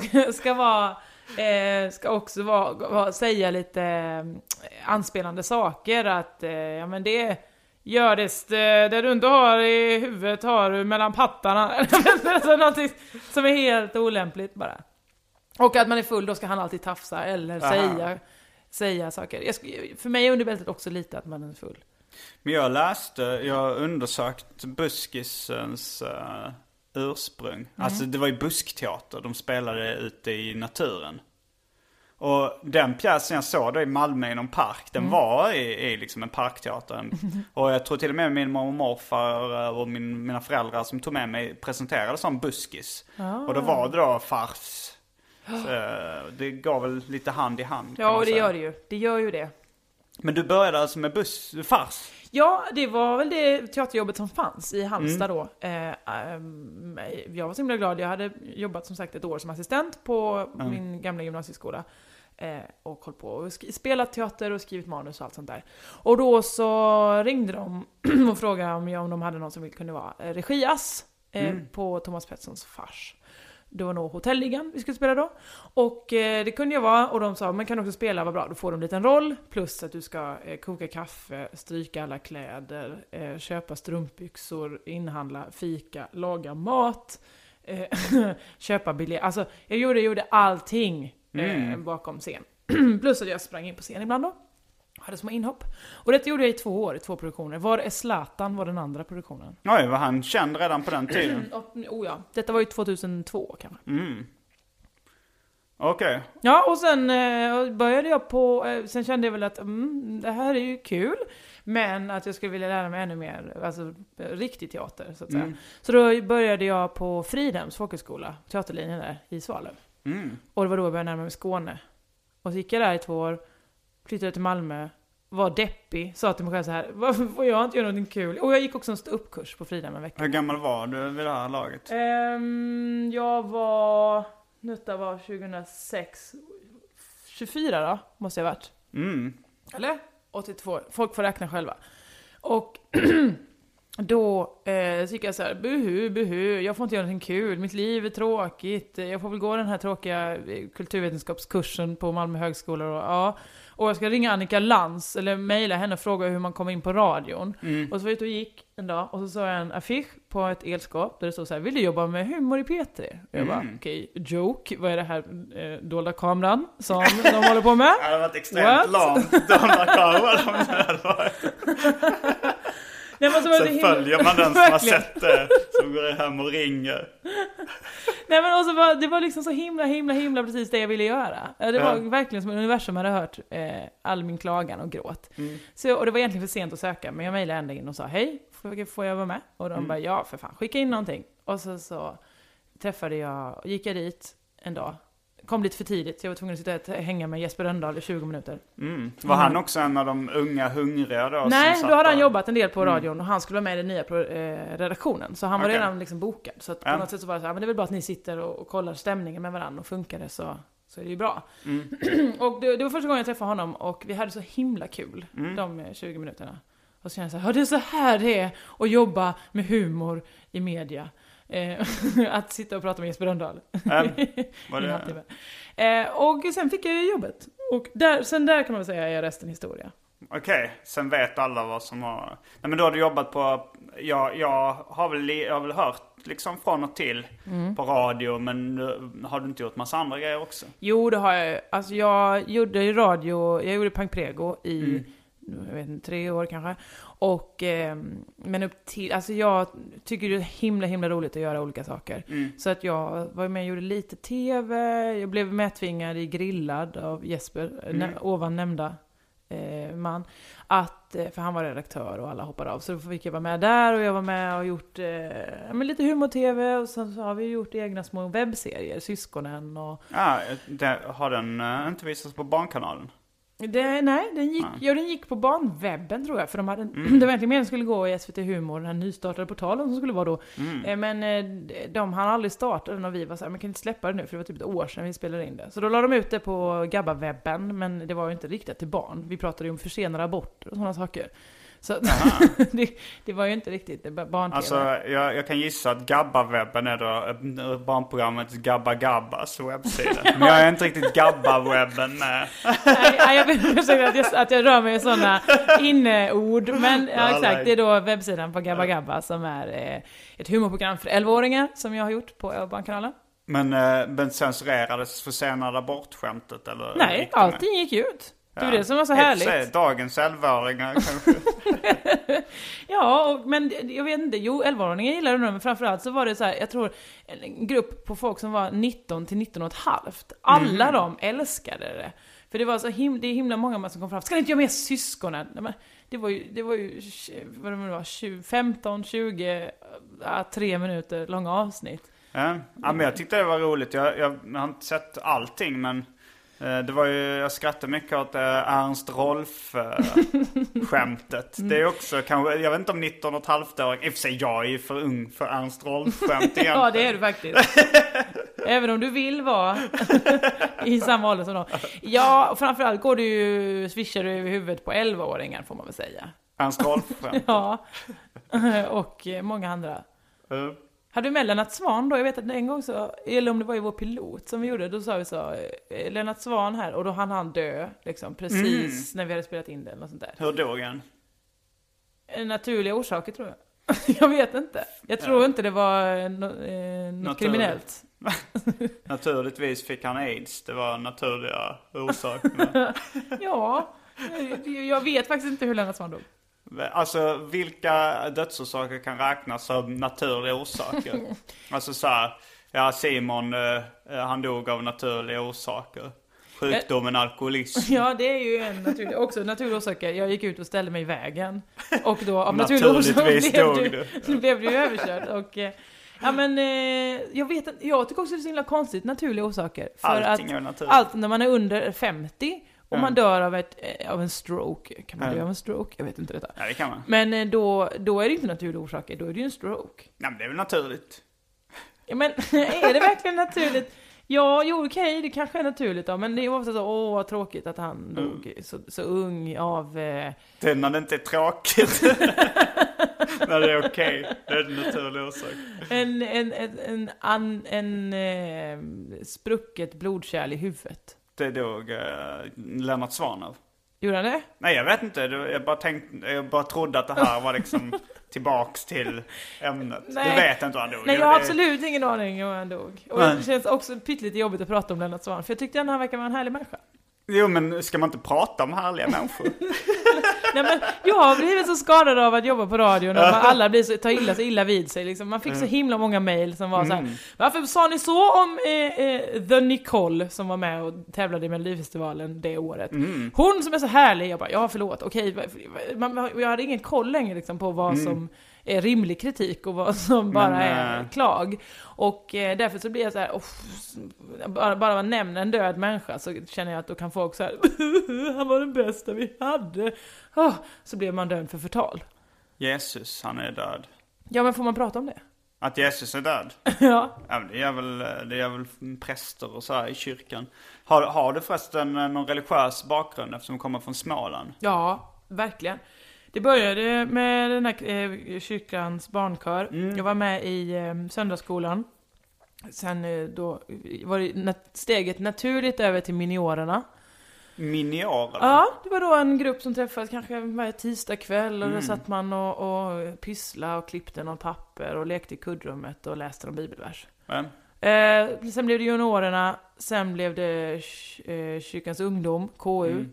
ska också säga lite anspelande saker. Att men det gör det du inte har i huvudet har du mellan pattarna. Alltså någonting som är helt olämpligt bara. Och att man är full, då ska han alltid tafsa eller säga saker. För mig är under bältet också lite att man är full. Men jag har undersökt buskisens ursprung. Alltså det var ju buskteater. De spelade ute i naturen. Och den pjäsen jag såg då i Malmö i någon park, den var i liksom en parkteater. Och jag tror till och med min mormor och morfar och mina föräldrar som tog med mig presenterade som buskis. Och då var det då fars. Så det gav väl lite hand i hand. Ja, och det gör det ju. Det gör ju det. Men du började alltså med fars? Ja, det var väl det teaterjobbet som fanns i Halmstad då. Jag var så himla glad. Jag hade jobbat som sagt ett år som assistent på min gamla gymnasieskola. Och hållit på och spelat teater och skrivit manus och allt sånt där. Och då så ringde de och frågade om de hade någon som kunde vara regiass på Thomas Petterssons fars. Det var nog Hotelligan vi skulle spela då. Och det kunde jag vara. Och de sa, men kan du också spela, vad bra. Då får de en liten roll. Plus att du ska koka kaffe, stryka alla kläder, köpa strumpbyxor, inhandla fika, laga mat, köpa biljetter. Alltså jag gjorde allting bakom scen. Plus att jag sprang in på scen ibland då. Hade små inhopp. Och det gjorde jag i 2 år, i 2 produktioner. Var Zlatan var den andra produktionen. Oj, var han känd redan på den tiden? Ja. Detta var ju 2002 kanske. Okej. Ja, och sen började jag sen kände jag väl att det här är ju kul. Men att jag skulle vilja lära mig ännu mer, alltså riktig teater så att säga. Så då började jag på Fridhems folkhögskola, teaterlinjen där i Svalöv. Och det var då jag började närma mig Skåne. Och så gick jag där i 2 år. Flyttade till Malmö, var deppig, sa till mig själv så här: varför får jag inte göra någonting kul? Och jag gick också en ståuppkurs på Frida en vecka. Hur gammal var du vid det här laget? Jag var 2006, 24 då, måste jag ha varit. Eller? 82, folk får räkna själva. Och då så gick jag så här: buhu, jag får inte göra någonting kul, mitt liv är tråkigt, jag får väl gå den här tråkiga kulturvetenskapskursen på Malmö högskola och jag ska ringa Annika Lantz eller mejla henne och fråga hur man kommer in på radion. Och så var jag ute och gick en dag och så såg jag en affisch på ett elskåp där det stod så här: vill du jobba med humor i P3? Och jag bara, okej, joke, vad är det här dolda kameran som de håller på med? Det hade varit extremt långt dolda kameran. Sen följer man den som har sett det, som går hem och ringer. Nej, men också det var liksom så himla precis det jag ville göra. Det var verkligen som universum hade hört all min klagan och gråt. Och det var egentligen för sent att söka, men jag mejlade ändå in och sa hej, får jag vara med? Och de bara, ja för fan, skicka in någonting. Och så träffade jag, gick jag dit en dag. Kom lite för tidigt, så jag var tvungen att sitta och hänga med Jesper Rönndahl i 20 minuter. Var han också en av de unga hungriga då? Nej, då hade han jobbat en del på radion och han skulle vara med i den nya redaktionen. Så han var redan liksom bokad. Så att på något sätt så var det så här, men det är väl bara att ni sitter och kollar stämningen med varandra och funkar det så är det ju bra. Och det var första gången jag träffade honom och vi hade så himla kul de 20 minuterna. Och så kände jag så här, det är så här det är att jobba med humor i media. Att sitta och prata med Jesper Rönndahl. Och sen fick jag jobbet. Och sen där kan man väl säga är resten historia. Okej, sen vet alla vad som har... Nej, men då har du jobbat på... Jag har väl hört liksom från och till på radio, men har du inte gjort massa andra grejer också? Jo, det har jag. Alltså jag gjorde radio, jag gjorde Punk Prego i... jag vet inte, 3 år kanske. Och men upp till, alltså jag tycker det är himla roligt att göra olika saker. Så att jag var med och gjorde lite tv. Jag blev medtvingad i Grillad av Jesper, ovan nämnda man. För han var redaktör och alla hoppade av. Så då fick jag vara med där och jag var med och gjort lite humor-tv. Och sen så har vi gjort egna små webbserier, Syskonen och... har den inte visats på Barnkanalen? Den gick på barnwebben tror jag. För det var egentligen meningen skulle gå i SVT Humor, den här nystartade portalen som skulle vara då. Men de hann aldrig starta den och vi var så här, man kan inte släppa det nu för det var typ ett år sedan vi spelade in det. Så då la de ut det på Gabba-webben, men det var ju inte riktigt till barn. Vi pratade ju om försenade aborter och sådana saker. Så det var ju inte riktigt barn-tv. Alltså jag kan gissa att Gabba-webben är då barnprogrammet Gabba Gabbas webbsida. Men jag är inte riktigt Gabba-webben med. Nej, jag vill försöka att jag rör mig i sådana inneord. Men exakt, det är då webbsidan på Gabba Gabba som är ett humorprogram för 11-åringar som jag har gjort på Barnkanalen. Men censurerades försenade abortskämtet? Eller nej, allting gick ut. Det var det som var så härligt. Dagens 11-åringar kanske. Men jag vet inte. Jo, 11-åringar gillade det, men framförallt så var det så här, jag tror en grupp på folk som var 19 till 19,5. Alla de älskade det. För det var så det är himla många som kom fram. Ska ni inte göra med Syskonen? Men det var ju vad det var 15, 20, 3 minuter långa avsnitt. Ja, men jag tyckte det var roligt. Jag har inte sett allting, men det var ju, jag skrattade mycket åt Ernst Rolf-skämtet. Det är också kanske, jag vet inte om 19,5-åring. I och för sig, jag är ju för ung för Ernst Rolf-skämt egentligen. Ja, det är du faktiskt. Även om du vill vara i samma ålder som dem. Ja, framförallt går du ju, swishar du över huvudet på 11-åringar får man väl säga. Ernst Rolf-skämt. Ja, och många andra. Hade du med Lennart Svan då? Jag vet att en gång så, eller om det var i vår pilot som vi gjorde, då sa vi så, Lennart Svan här, och då han dö, liksom, precis när vi hade spelat in det eller något sånt där. Hur dog han? Naturliga orsaker tror jag. Jag vet inte. Jag tror inte det var något kriminellt. Naturligtvis fick han AIDS. Det var naturliga orsaker. Ja, jag vet faktiskt inte hur Lennart Svan dog. Alltså vilka dödsorsaker kan räknas som naturliga orsaker? Alltså så här, Simon han dog av naturliga orsaker. Sjukdomen alkoholism. Ja, det är ju en naturlig orsak. Jag gick ut och ställde mig i vägen. Och då av naturlig orsak blev du överkörd. Och jag vet inte, jag tycker också det är så himla konstigt naturliga orsaker. För allting är naturligt. Allt när man är under 50 och man dör av en stroke. Kan man dö av en stroke? Jag vet inte detta. Ja, det kan man. Men då är det inte naturliga orsaker. Då är det ju en stroke. Nej, men det är väl naturligt. Ja, men är det verkligen naturligt? Ja, okej, det kanske är naturligt då. Men det är ofta så, vad tråkigt att han dog så ung av... Det är när det inte är tråkigt. När det är okej. Det är en naturlig orsak. En sprucket blodkärl i huvudet. Det dog Lennart Svan av. Gjorde han det? Nej, jag vet inte. Jag bara trodde att det här var liksom tillbaks till ämnet. Nej. Du vet inte hur han dog. Nej, jag har absolut ingen aning om hur han dog. Och det känns också pyttelite jobbigt att prata om Lennart Svan. För jag tyckte att han verkar vara en härlig människa. Jo, men ska man inte prata om härliga människor? Nej, men jag har blivit så skadad av att jobba på radion och alla blir tar så illa vid sig liksom. Man fick så himla många mejl som var så här: varför sa ni så om The Nicole som var med och tävlade i Melodifestivalen det året? Hon som är så härlig. Jag bara, ja förlåt, okej. Jag hade ingen koll längre liksom, på vad som är rimlig kritik och vad som bara är klag. Och därför så blir jag så här, bara man nämner en död människa så känner jag att då kan folk så här, han var den bästa vi hade. Så blir man död för förtal. Jesus, han är död. Ja, men får man prata om det? Att Jesus är död? Ja. Det är väl präster och så här i kyrkan. Har du förresten någon religiös bakgrund eftersom du kommer från Småland? Ja, verkligen. Det började med den här kyrkans barnkör. Jag var med i söndagsskolan. Sen då var det steget naturligt över till miniorerna. Miniorerna? Ja, det var då en grupp som träffades kanske varje tisdag kväll. Och då satt man och pysslade och klippte någon papper och lekte i kuddrummet och läste någon bibelvers. Sen blev det juniorerna. Sen blev det kyrkans ungdom, KU.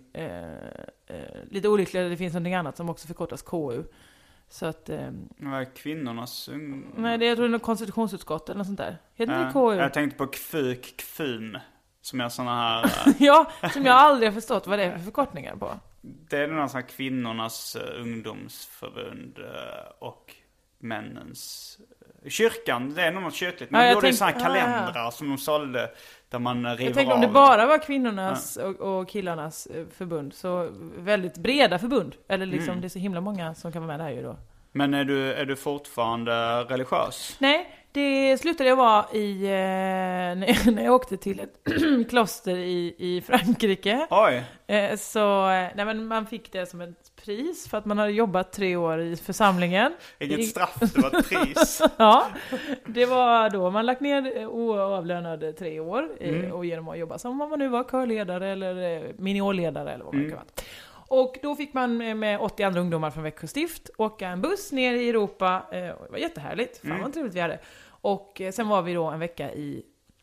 Lite olyckligt, det finns någonting annat som också förkortas KU. Så att... Vad är kvinnornas ungdom? Nej, jag tror det är konstitutionsutskott eller något sånt där. Heter det KU? Jag tänkte på KFUN. Som är såna här... Ja, som jag aldrig har förstått vad det är för förkortningar på. Det är någon sån här kvinnornas ungdomsförbund och männens... Kyrkan, det är något kyrkligt. Men då är det såna här kalendrar som de sålde där man river av. Jag tänkte om det bara var kvinnornas och killarnas förbund. Så väldigt breda förbund. Eller liksom det är så himla många som kan vara med där ju då. Men är du fortfarande religiös? Nej, det slutade jag vara i när jag åkte till ett kloster i Frankrike. Oj. Men man fick det som ett pris för att man hade jobbat 3 år i församlingen. Inget straff, det var ett pris. Ja, det var då man lagt ner oavlönade 3 år och genom att jobba som om man nu var körledare eller miniorledare eller vad man kan vara. Och då fick man med 80 andra ungdomar från Växjö stift åka en buss ner i Europa. Det var jättehärligt. Fan vad trevligt vi hade. Och sen var vi då en vecka i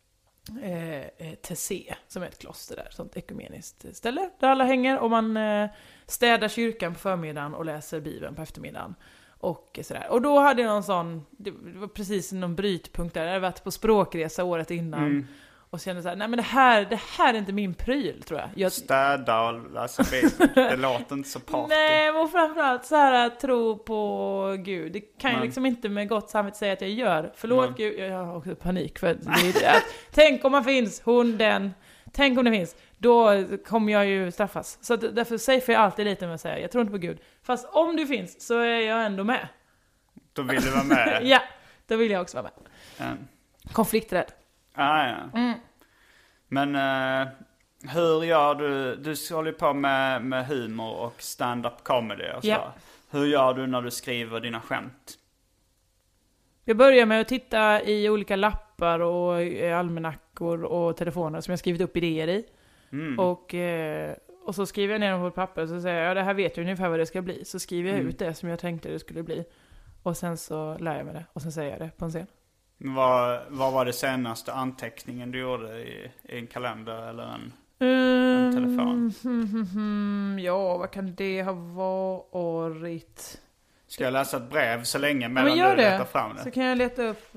Tessé, som är ett kloster där. Sånt ekumeniskt ställe där alla hänger. Och man städar kyrkan på förmiddagen och läser Bibeln på eftermiddagen. Och sådär. Och då hade jag någon sån, det var precis någon brytpunkt där. Jag hade varit på språkresa året innan. Och kände så här, nej men det här är inte min pryl, tror jag. Städa och läsa Bibeln, det låter inte så party. Nej, och framförallt så här tro på Gud. Det kan jag liksom inte med gott samvete säga att jag gör. Förlåt Gud, jag har också panik för det. Tänk om man finns, tänk om det finns. Då kommer jag ju straffas. Så därför säger jag alltid lite med att säga, jag tror inte på Gud. Fast om du finns så är jag ändå med. Då vill du vara med? Ja, då vill jag också vara med. Konflikträdd. Ja. Men hur gör du håller på med humor och stand-up comedy och så. Ja. Hur gör du när du skriver dina skämt? Jag börjar med att titta i olika lappar och almanackor och telefoner som jag skrivit upp idéer i. Och så skriver jag ner dem på ett papper och så säger jag, det här vet jag ungefär vad det ska bli. Så skriver jag ut det som jag tänkte det skulle bli. Och sen så lär jag mig det och sen säger jag det på en scen. Vad var det senaste anteckningen du gjorde i en kalender eller en telefon? Ja, vad kan det ha varit? Ska jag läsa ett brev så länge medan du letar fram det? Så kan jag leta upp...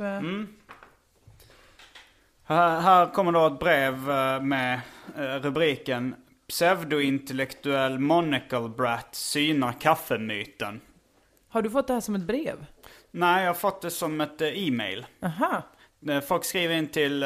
Här kommer då ett brev med rubriken Pseudointellektuell monocle brat synar kaffemyten. Har du fått det här som ett brev? Nej, jag har fått det som ett e-mail. Aha. Folk skriver in till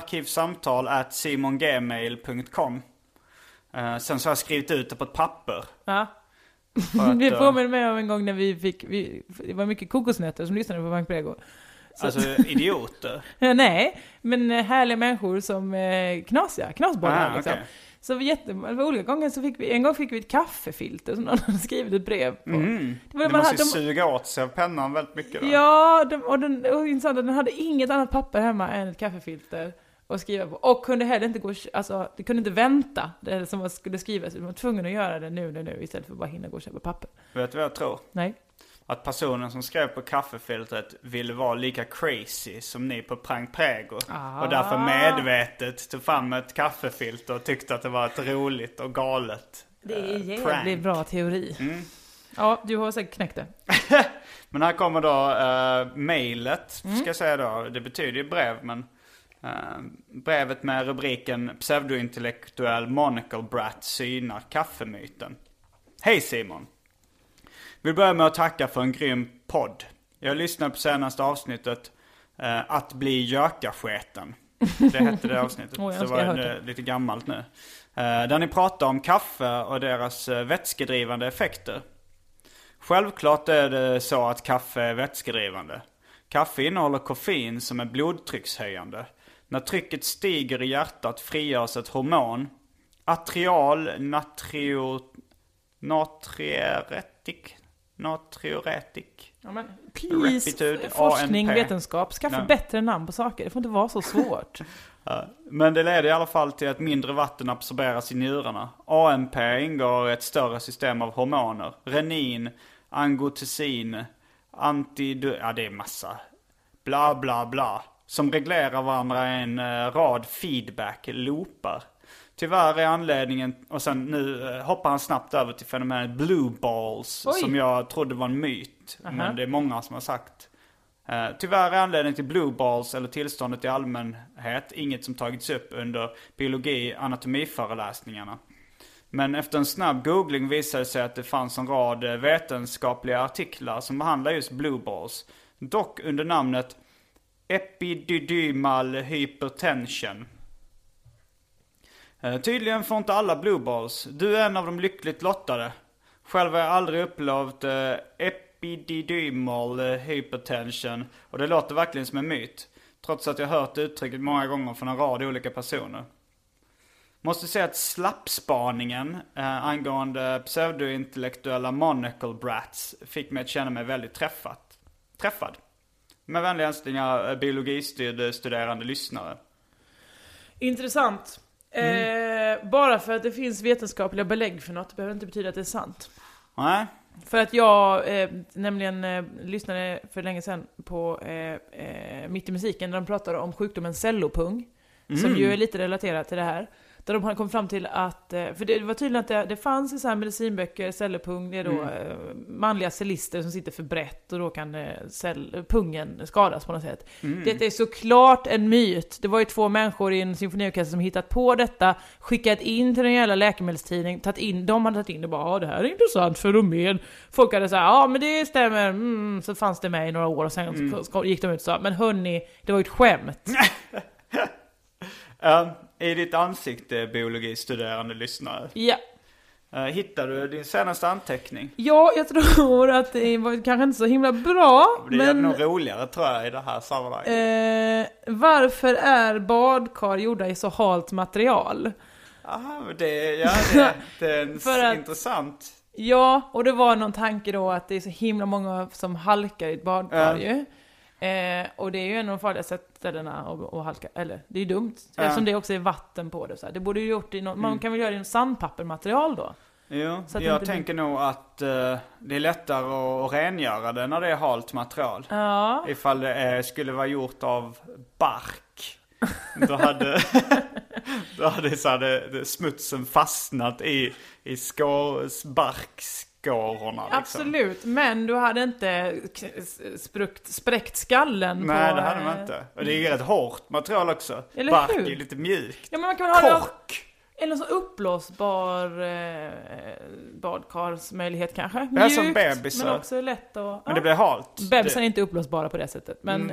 arkivsamtal@simongmail.com. Sen så har jag skrivit ut det på ett papper. Ja. Det påminner mig om en gång när det var mycket kokosnötter som lyssnade på Bank Prego. Alltså idioter? Nej, men härliga människor som knasbollar liksom. Okay. Så olika gånger så fick vi ett kaffefilter som någon hade skrivit ett brev på. Det måste suga åt sig av pennan väldigt mycket då. Ja, den hade inget annat papper hemma än ett kaffefilter att skriva på. Och kunde heller inte det kunde inte vänta det som skulle skrivas. Man var tvungen att göra det nu istället för att bara hinna gå och köpa papper. Vet du vad jag tror? Nej. Att personen som skrev på kaffefiltret ville vara lika crazy som ni på Prank Prego. Och därför medvetet tog fram ett kaffefilter och tyckte att det var ett roligt och galet det är jävligt bra teori. Ja, du har säkert knäckt det. Men här kommer då mejlet, ska jag säga då. Det betyder ju brev, men brevet med rubriken Pseudointellektuell Monocle Brat synar kaffemyten. Hej Simon! Vill börja med att tacka för en grym podd. Jag lyssnade på senaste avsnittet Att bli gökasketen. Det hette det avsnittet. Så var det lite gammalt nu. Där ni pratar om kaffe och deras vätskedrivande effekter. Självklart är det så att kaffe är vätskedrivande. Kaffe innehåller koffein som är blodtryckshöjande. När trycket stiger i hjärtat frigörs ett hormon. Atrial natriuretic. Ja, men please, forskning, vetenskap, skaffa bättre namn på saker. Det får inte vara så svårt. Men det leder i alla fall till att mindre vatten absorberas i njurarna. AMP ingår i ett större system av hormoner. Renin, angiotensin, det är massa bla bla bla. Som reglerar varandra i en rad feedback-loopar. Tyvärr är anledningen, och sen nu hoppar han snabbt över till fenomenet blue balls. Oj. Som jag trodde var en myt. Men det är många som har sagt. Tyvärr är anledningen till blue balls eller tillståndet i allmänhet inget som tagits upp under biologi-anatomiföreläsningarna. Men efter en snabb googling visade det sig att det fanns en rad vetenskapliga artiklar som behandlar just blue balls. Dock under namnet epididymal hypertension. Tydligen får inte alla blue balls. Du är en av de lyckligt lottade. Själv har jag aldrig upplevt epididymal hypertension. Och det låter verkligen som en myt. Trots att jag hört uttrycket många gånger från en rad olika personer. Måste säga att slappspaningen angående pseudointellektuella monocle brats fick mig att känna mig väldigt träffad. Med vänliga önskningar biologistuderande lyssnare. Intressant. Bara för att det finns vetenskapliga belägg för något behöver inte betyda att det är sant. Nej. För att jag nämligen lyssnade för länge sedan på Mitt i musiken där de pratade om sjukdomen cellopung. Som ju är lite relaterat till det här. Där de kom fram till att, för det var tydligt att det fanns i så här medicinböcker, cellopung, det är då manliga cellister som sitter för brett och då kan pungen skadas på något sätt. Det är såklart en myt. Det var ju 2 människor i en symfoniorkester som hittat på detta, skickat in till den jävla läkemedelstidning, de hade tagit in det bara, det här är intressant fenomen. Folk hade sagt, ja men det stämmer, så fanns det med i några år och sen gick de ut och sa, men hörni, det var ju ett skämt. I ditt ansikte, biologistuderande lyssnare. Ja. Hittar du din senaste anteckning? Ja, jag tror att det var kanske inte så himla bra. Det är nog roligare tror jag i det här sammanhanget. Varför är badkar gjorda i så halt material? Aha, det är intressant. Ja, och det var någon tanke då att det är så himla många som halkar i ett badkar ju. Och det är ju en av de farligaste ställena att halka. Eller, det är ju dumt. Eftersom det också är vatten på det. Så här. Det borde ju gjort i man kan väl göra det i en sandpappermaterial då? Jo, jag tänker nog att det är lättare att rengöra det när det är halt material. Ja. Ifall det skulle vara gjort av bark. Då hade så här, smutsen fastnat i barks. Liksom. Absolut, men du hade inte spräckt skallen. Nej, det hade man inte. Och det är rätt hårt material också. Eller bark hur? Är lite mjukt. Ja, men man kan ha kork. Eller så uppblåsbar badkarsmöjlighet kanske. Mjukt, det är som bebisar. Men också lätt att... Men det blir halt. Bebisar är inte uppblåsbara på det sättet. Men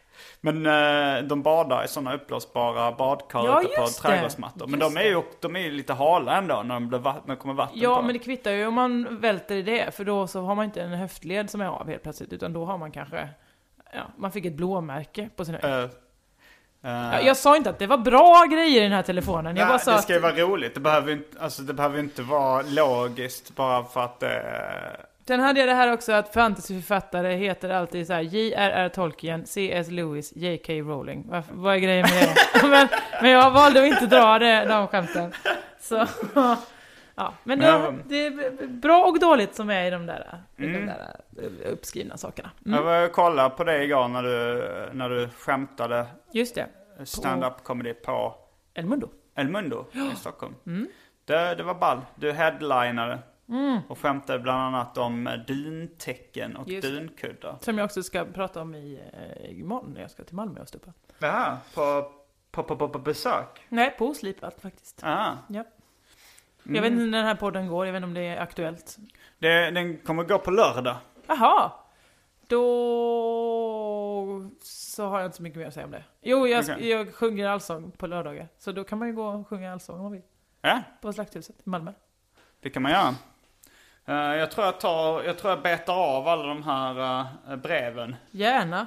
de badar i sådana uppblåsbara badkar ute på trädgårdsmattor. Men de är ju lite hala ändå när det kommer vatten på. Ja, men det kvittar ju om man välter i det. För då så har man inte en höftled som är av helt plötsligt. Utan då har man kanske... Ja, man fick ett blåmärke på sin höjd. Jag sa inte att det var bra grejer i den här telefonen. Jag bara sa det ska ju vara roligt. Det behöver inte vara logiskt bara för att... Sen hade jag det här också att fantasyförfattare heter alltid så här J.R.R. Tolkien, C.S. Lewis, J.K. Rowling. Vad är grejen med det? men jag valde att inte dra de skämten. Så, ja. Men det är bra och dåligt som är i de där uppskrivna sakerna. Jag var kolla på det igår när du skämtade. Just det. Stand-up comedy på El Mundo i Stockholm. Det var ball. Du headlinade. Och skämtade bland annat om duntecken och Just det. dunkuddar. Som jag också ska prata om imorgon när jag ska till Malmö och stuppa. Jaha, på besök? Nej, på Oslipat faktiskt. Aha. Ja. Jag vet inte när den här podden går, jag vet inte om det är aktuellt. Den kommer gå på lördag. Jaha! Då så har jag inte så mycket mer att säga om det. Jo, jag sjunger allsång på lördagar. Så då kan man ju gå och sjunga allsång om man vill. Ja, På Slakthuset i Malmö. det kan man göra. Jag tror jag betar av alla de här breven. Gärna.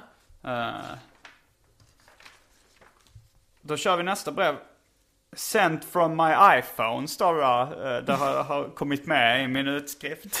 Då kör vi nästa brev. Sent from my iPhone står det har kommit med i min utskrift.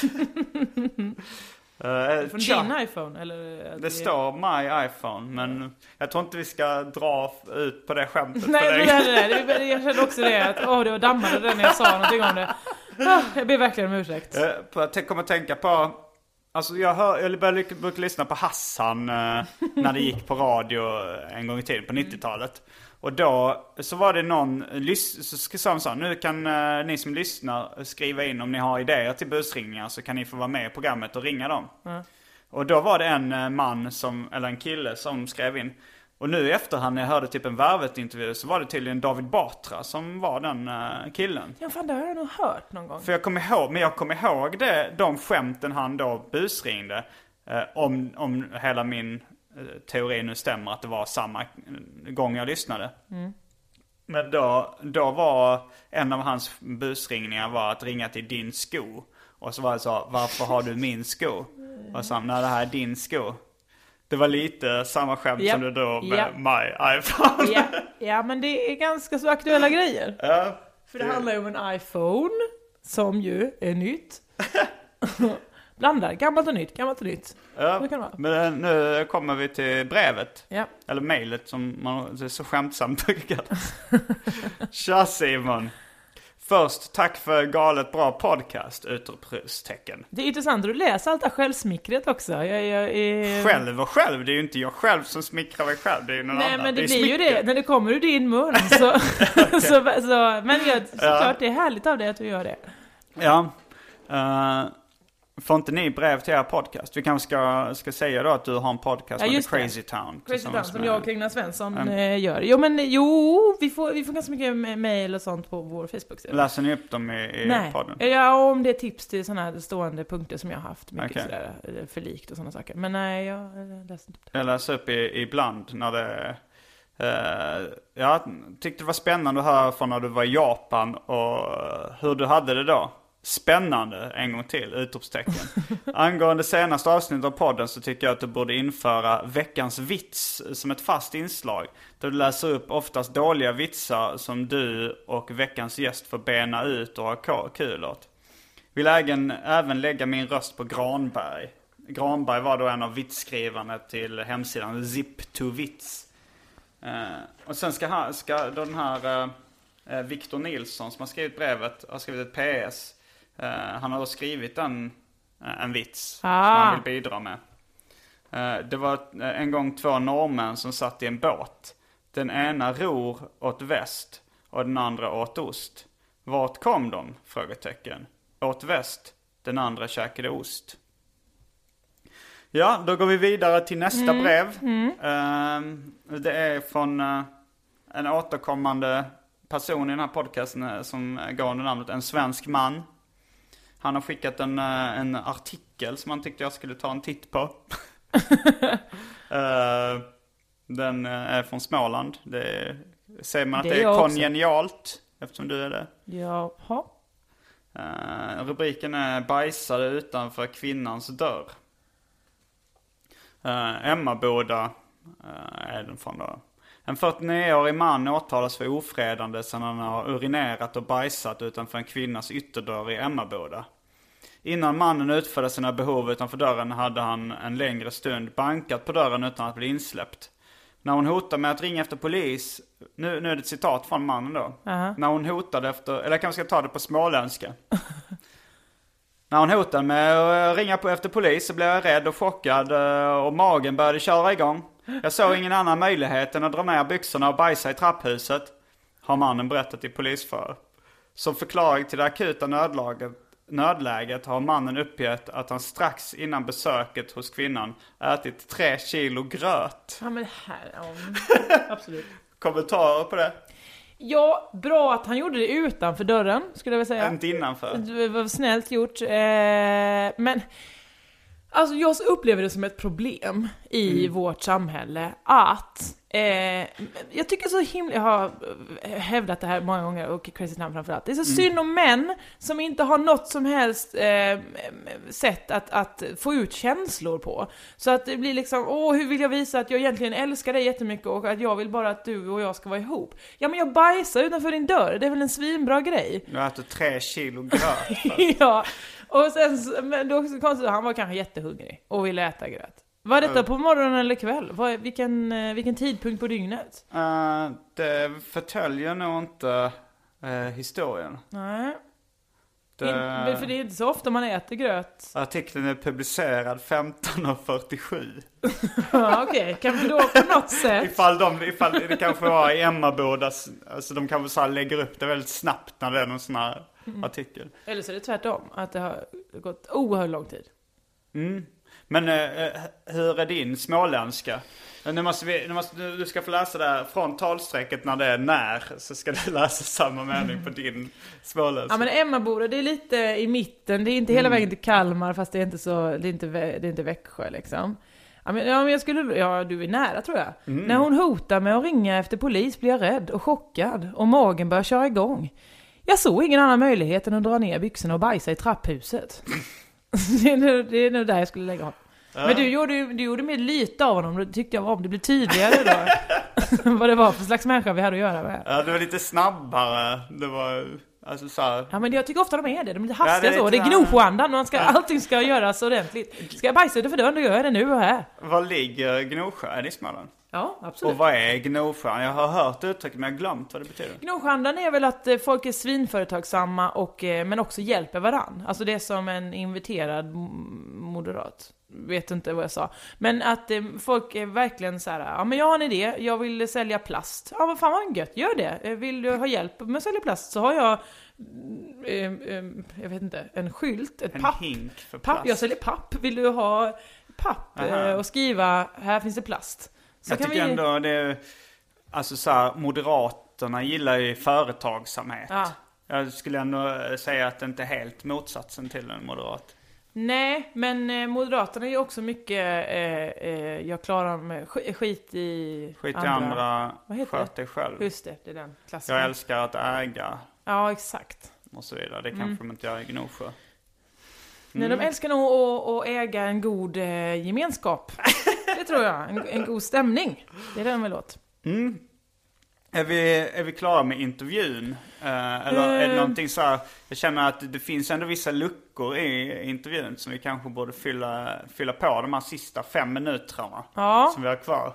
Från din iPhone? Eller det står my iPhone, men jag tror inte vi ska dra ut på det skämtet. Nej, nej. Jag kände också det. Att det var dammade det när jag sa någonting om det. Jag ber verkligen om ursäkt. Jag kommer att tänka på... Alltså jag brukar lyssna på Hassan när det gick på radio en gång i tiden på 90-talet. Och då så var det någon som sa, nu kan ni som lyssnar skriva in om ni har idéer till busringningar, så kan ni få vara med i programmet och ringa dem. Och då var det en man eller en kille som skrev in. Och nu i efterhand när jag hörde typ en Värvet-intervju så var det tydligen David Batra som var den killen. Ja, fan, det har jag nog hört någon gång. För jag kommer ihåg de skämten han då busringde. Om hela min teori nu stämmer, att det var samma gång jag lyssnade. Men då var en av hans busringningar var att ringa till din sko. Och så var det så, varför har du min sko? Och så, när det här är din sko. Det var lite samma skämt som det då med my iPhone. Ja, men det är ganska så aktuella grejer. Ja, för det handlar ju om en iPhone som ju är nytt. Blandar gammalt och nytt, gammalt och nytt. Ja, det kan vara. Men nu kommer vi till brevet. Ja. Eller mejlet som man så skämtsamt brukar kallas. Tja Simon. Först, tack för galet bra podcast, utropstecken. Det är intressant att du läser allt det självsmickret också. Själv, det är ju inte jag själv som smickrar mig själv, det är ju någon annan. Nej, men det blir ju det, när det kommer ur din mun så, okay. Men såklart det är härligt av dig att du gör det. Ja, får inte ni brev till er podcast? Vi kanske ska säga då att du har en podcast med Crazy Town. Crazy Town som jag och Kringna Svensson gör. Vi får ganska mycket mejl och sånt på vår Facebook-sida. Läser ni upp dem i podden? Ja, om det är tips till sådana här stående punkter som jag har haft. Mycket sådär förlikt och sådana saker. Men nej, jag läser inte upp det. Jag läser upp ibland när det... jag tyckte det var spännande att höra från när du var i Japan och hur du hade det då. Spännande, en gång till, utropstecken. Angående senaste avsnittet av podden så tycker jag att du borde införa veckans vits som ett fast inslag. Där du läser upp oftast dåliga vitsar som du och veckans gäst får bena ut och ha kul åt. Vill även lägga min röst på Granberg. Granberg var då en av vitsskrivarna till hemsidan Zip2Vits. Och sen ska den här Victor Nilsson som har skrivit brevet, har skrivit ett PS. Han har då skrivit en vits som han vill bidra med. Det var en gång 2 norrmän som satt i en båt. Den ena ror åt väst och den andra åt ost. Vart kom de? Frågetecken. Åt väst. Den andra käkade ost. Ja, då går vi vidare till nästa brev. Det är från en återkommande person i den här podcasten som går under namnet En svensk man. Han har skickat en artikel som han tyckte jag skulle ta en titt på. Den är från Småland. Säger man att det är kongenialt eftersom du är det? Jaha. Rubriken är Bajsade utanför kvinnans dörr. Emmaboda är den från då. En 49-årig man åtalas för ofredande sedan han har urinerat och bajsat utanför en kvinnas ytterdörr i Emmaboda. Innan mannen utförde sina behov utanför dörren hade han en längre stund bankat på dörren utan att bli insläppt. När hon hotade med att ringa efter polis, nu är det ett citat från mannen då. När hon hotade eller jag kanske ska ta det på småländska. När hon hotade med att ringa efter polis så blev jag rädd och chockad och magen började köra igång. Jag såg ingen annan möjlighet än att dra ner byxorna och bajsa i trapphuset, har mannen berättat i polisförhör. Som förklaring till det akuta nödläget nödläget har mannen uppgett att han strax innan besöket hos kvinnan ätit 3 kilo gröt. Ja, men här, ja, absolut. Kommentarer på det? Ja, bra att han gjorde det utanför dörren, skulle jag vilja säga. Inte innanför. Det var snällt gjort. Men alltså jag upplever det som ett problem i vårt samhälle att jag tycker så himla, jag har hävdat det här många gånger och Crazy Town framförallt. Det är så synd om män som inte har något som helst sätt att få ut känslor på. Så att det blir liksom, hur vill jag visa att jag egentligen älskar dig jättemycket och att jag vill bara att du och jag ska vara ihop. Ja, men jag bajsar utanför din dörr, det är väl en svinbra grej. Du äter 3 kilo gröt. Ja, och sen, men det är också konstigt, han var kanske jättehungrig och ville äta gröt. Var detta på morgonen eller kväll? Vilken tidpunkt på dygnet? Det förtäljer nog inte historien. Nej. För det är inte så ofta man äter gröt. Artikeln är publicerad 15:47. Ja, okej. Kan vi då på något sätt? Ifall det kanske var i Emmaboda, alltså de kanske så här lägger upp det väldigt snabbt när det är någon sån här artikel. Eller så är det tvärtom, att det har gått oerhört lång tid. Men hur är din småländska? Du ska få läsa det här från talsträcket när så ska du läsa samma mening på din småländska. Ja, men Emmaboda, det är lite i mitten. Det är inte hela vägen till Kalmar, fast det är inte så, det är inte Växjö liksom. Ja, men du är nära tror jag. När hon hotar med att ringa efter polis blir jag rädd och chockad och magen börjar köra igång. Jag såg ingen annan möjlighet än att dra ner byxorna och bajsa i trapphuset. Det är nog där jag skulle lägga honom. Men du gjorde med lite av honom. Det tyckte jag var om. Det blev tydligare då. Vad det var för slags människa vi hade att göra med. Ja, det var lite snabbare. Det var alltså så här. Ja, men jag tycker ofta de är det. De är lite hastiga så. Det är Gnosjöandan. Allting ska göras ordentligt. Ska jag bajsa utanför dörren, då gör jag det nu och här. Var ligger Gnosjö? Är det i Småland? Ja, absolut. Och vad är Gnosjön? Jag har hört uttrycket men jag har glömt vad det betyder. Gnosjön är väl att folk är svinföretagsamma men också hjälper varann. Alltså det är som en inviterad moderat. Vet inte vad jag sa. Men att folk är verkligen så här: ja, men jag har en idé, jag vill sälja plast. Ja, men fan vad gött, gör det. Vill du ha hjälp med att sälja plast så har jag jag vet inte, en skylt, ett papp. Hink för plast. Jag säljer papp. Vill du ha papp och skriva, här finns det plast. Så jag tycker ändå det, alltså så här, Moderaterna gillar ju företagsamhet. Ja. Jag skulle ändå säga att det inte är helt motsatsen till en moderat. Nej, men Moderaterna är ju också mycket jag klarar med skit i andra. Sköt dig själv. Just det är den klassiken. Jag älskar att äga. Ja, exakt. Och så vidare. Det kanske de inte gör i Gnosjö. Nej, de älskar nog att äga en god gemenskap. Det tror jag. En god stämning. Det är det de vill åt. Är vi klara med intervjun? Eller är det någonting så här? Jag känner att det finns ändå vissa luckor i intervjun som vi kanske borde fylla på de här sista 5 minuterna som vi har kvar.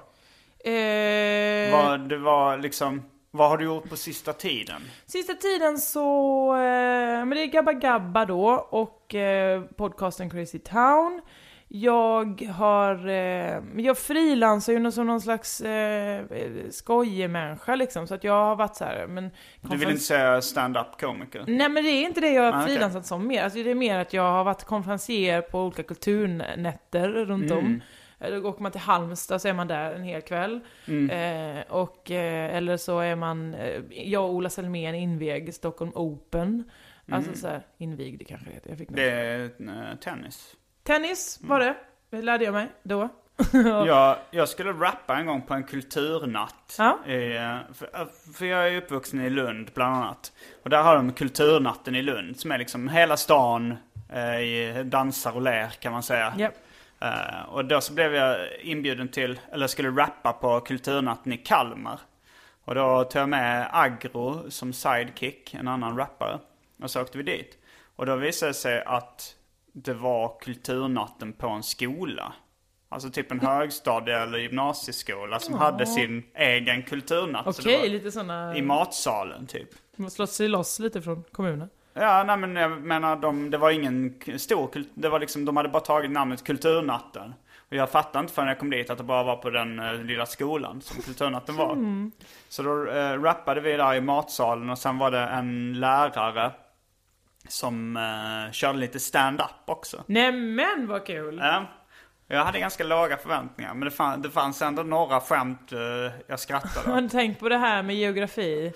Det var liksom, vad har du gjort på sista tiden? Sista tiden så men det är Gabba Gabba då och podcasten Crazy Town. Jag frilansar ju som någon slags skojemänniska liksom, så att jag har varit så här, men du vill inte säga stand-up komiker? Nej, men det är inte det jag har frilansat som mer. Alltså det är mer att jag har varit konferencier på olika kulturnätter runt om. Då åker man till Halmstad så är man där en hel kväll. Eller så är man jag och Ola Selmén invig Stockholm Open. Alltså så här, invigd kanske det heter. Det är tennis. Tennis var det lärde jag mig då. Jag skulle rappa en gång på en kulturnatt. För jag är uppvuxen i Lund bland annat. Och där har de kulturnatten i Lund som är liksom hela stan dansar och lär kan man säga. Yep. Och då så blev jag inbjuden till, eller skulle rappa på kulturnatten i Kalmar. Och då tog jag med Agro som sidekick, en annan rappare. Och så åkte vi dit. Och då visade det sig att det var kulturnatten på en skola. Alltså typ en högstadie- eller gymnasieskola som hade sin egen kulturnatt. Okej, lite såna... I matsalen typ. Man slått sig loss lite från kommunen. Ja, nej, men jag menar, det var ingen stor det var liksom, de hade bara tagit namnet Kulturnatten. Och jag fattade inte förrän jag kom dit att det bara var på den lilla skolan som Kulturnatten var. Så då rappade vi där i matsalen och sen var det en lärare som körde lite stand-up också. Nämen vad kul! Ja. Jag hade ganska låga förväntningar, men det fanns ändå några skämt jag skrattade. Har du tänkt på det här med geografi?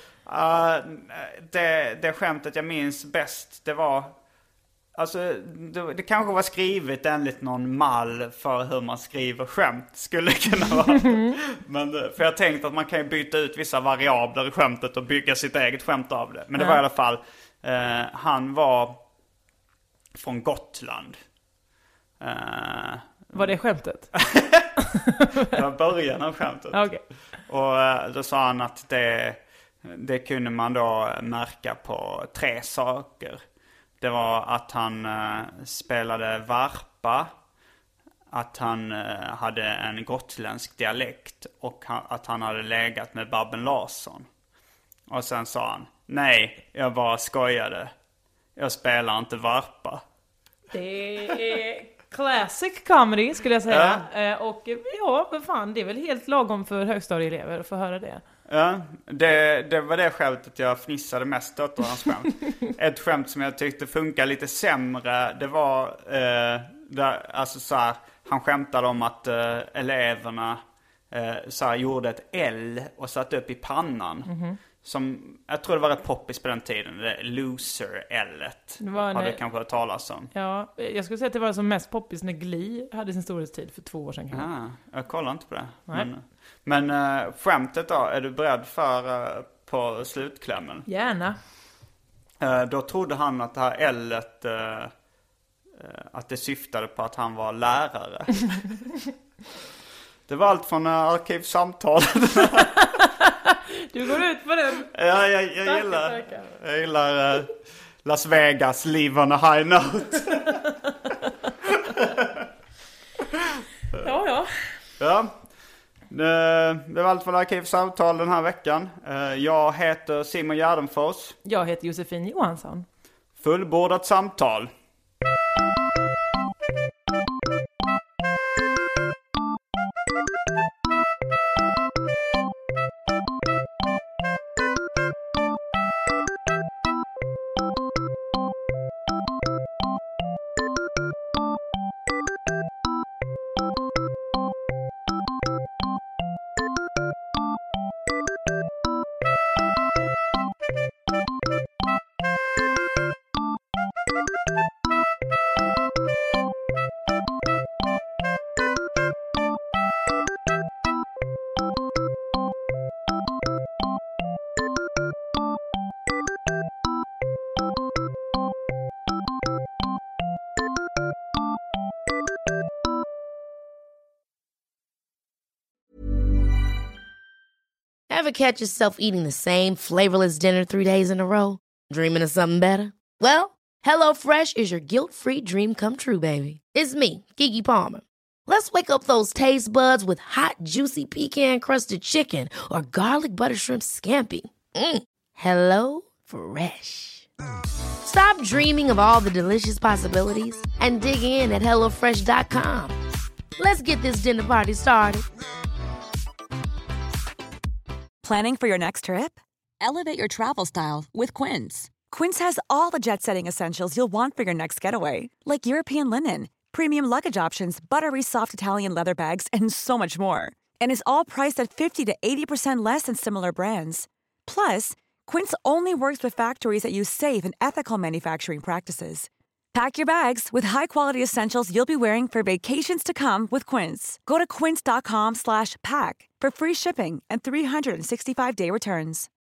Det skämtet jag minns bäst, det var... Alltså, det kanske var skrivet enligt någon mall för hur man skriver skämt. Skulle kunna vara. Men, för jag tänkte att man kan ju byta ut vissa variabler i skämtet och bygga sitt eget skämt av det. Men det var i alla fall... han var från Gotland. Var det skämtet? Det var början av skämtet. Okay. Och då sa han att det kunde man då märka på 3 saker. Det var att han spelade varpa, att han hade en gotländsk dialekt och att han hade legat med Babben Larsson. Och sen sa han, nej, jag bara skojade. Jag spelar inte varpa. Det är classic comedy skulle jag säga. Och ja, vad fan, det är väl helt lagom för högstadieelever att få höra det. Ja, det var det skämtet jag fnissade mest åt hans skämt. Ett skämt som jag tyckte funkar lite sämre, det var alltså så här, han skämtade om att eleverna så här, gjorde ett L och satt upp i pannan. Mm-hmm. Som, jag tror det var rätt poppis på den tiden, det loser-L-et. Har du kanske hört talas om? Ja, jag skulle säga att det var som mest poppis när Glee hade sin storhetstid för 2 år sedan kanske. Jag kollar inte på det. Men skämtet då, är du beredd för på slutklämmen? Gärna. Då trodde han att det här L-et, att det syftade på att han var lärare. Det var allt från Arkivsamtalet. Du går ut på den. Ja, jag gillar Las Vegas, live on a high note. Ja. Det var allt från Arkivsamtal den här veckan. Jag heter Simon Gärdenfors. Jag heter Josefin Johansson. Fullbordat samtal. Ever catch yourself eating the same flavorless dinner 3 days in a row? Dreaming of something better? Well, HelloFresh is your guilt-free dream come true, baby. It's me, Keke Palmer. Let's wake up those taste buds with hot, juicy pecan-crusted chicken or garlic butter shrimp scampi. Hello Fresh. Stop dreaming of all the delicious possibilities and dig in at HelloFresh.com. Let's get this dinner party started. Planning for your next trip? Elevate your travel style with Quince. Quince has all the jet-setting essentials you'll want for your next getaway, like European linen, premium luggage options, buttery soft Italian leather bags, and so much more. And is all priced at 50 to 80% less than similar brands. Plus, Quince only works with factories that use safe and ethical manufacturing practices. Pack your bags with high-quality essentials you'll be wearing for vacations to come with Quince. Go to quince.com/pack for free shipping and 365-day returns.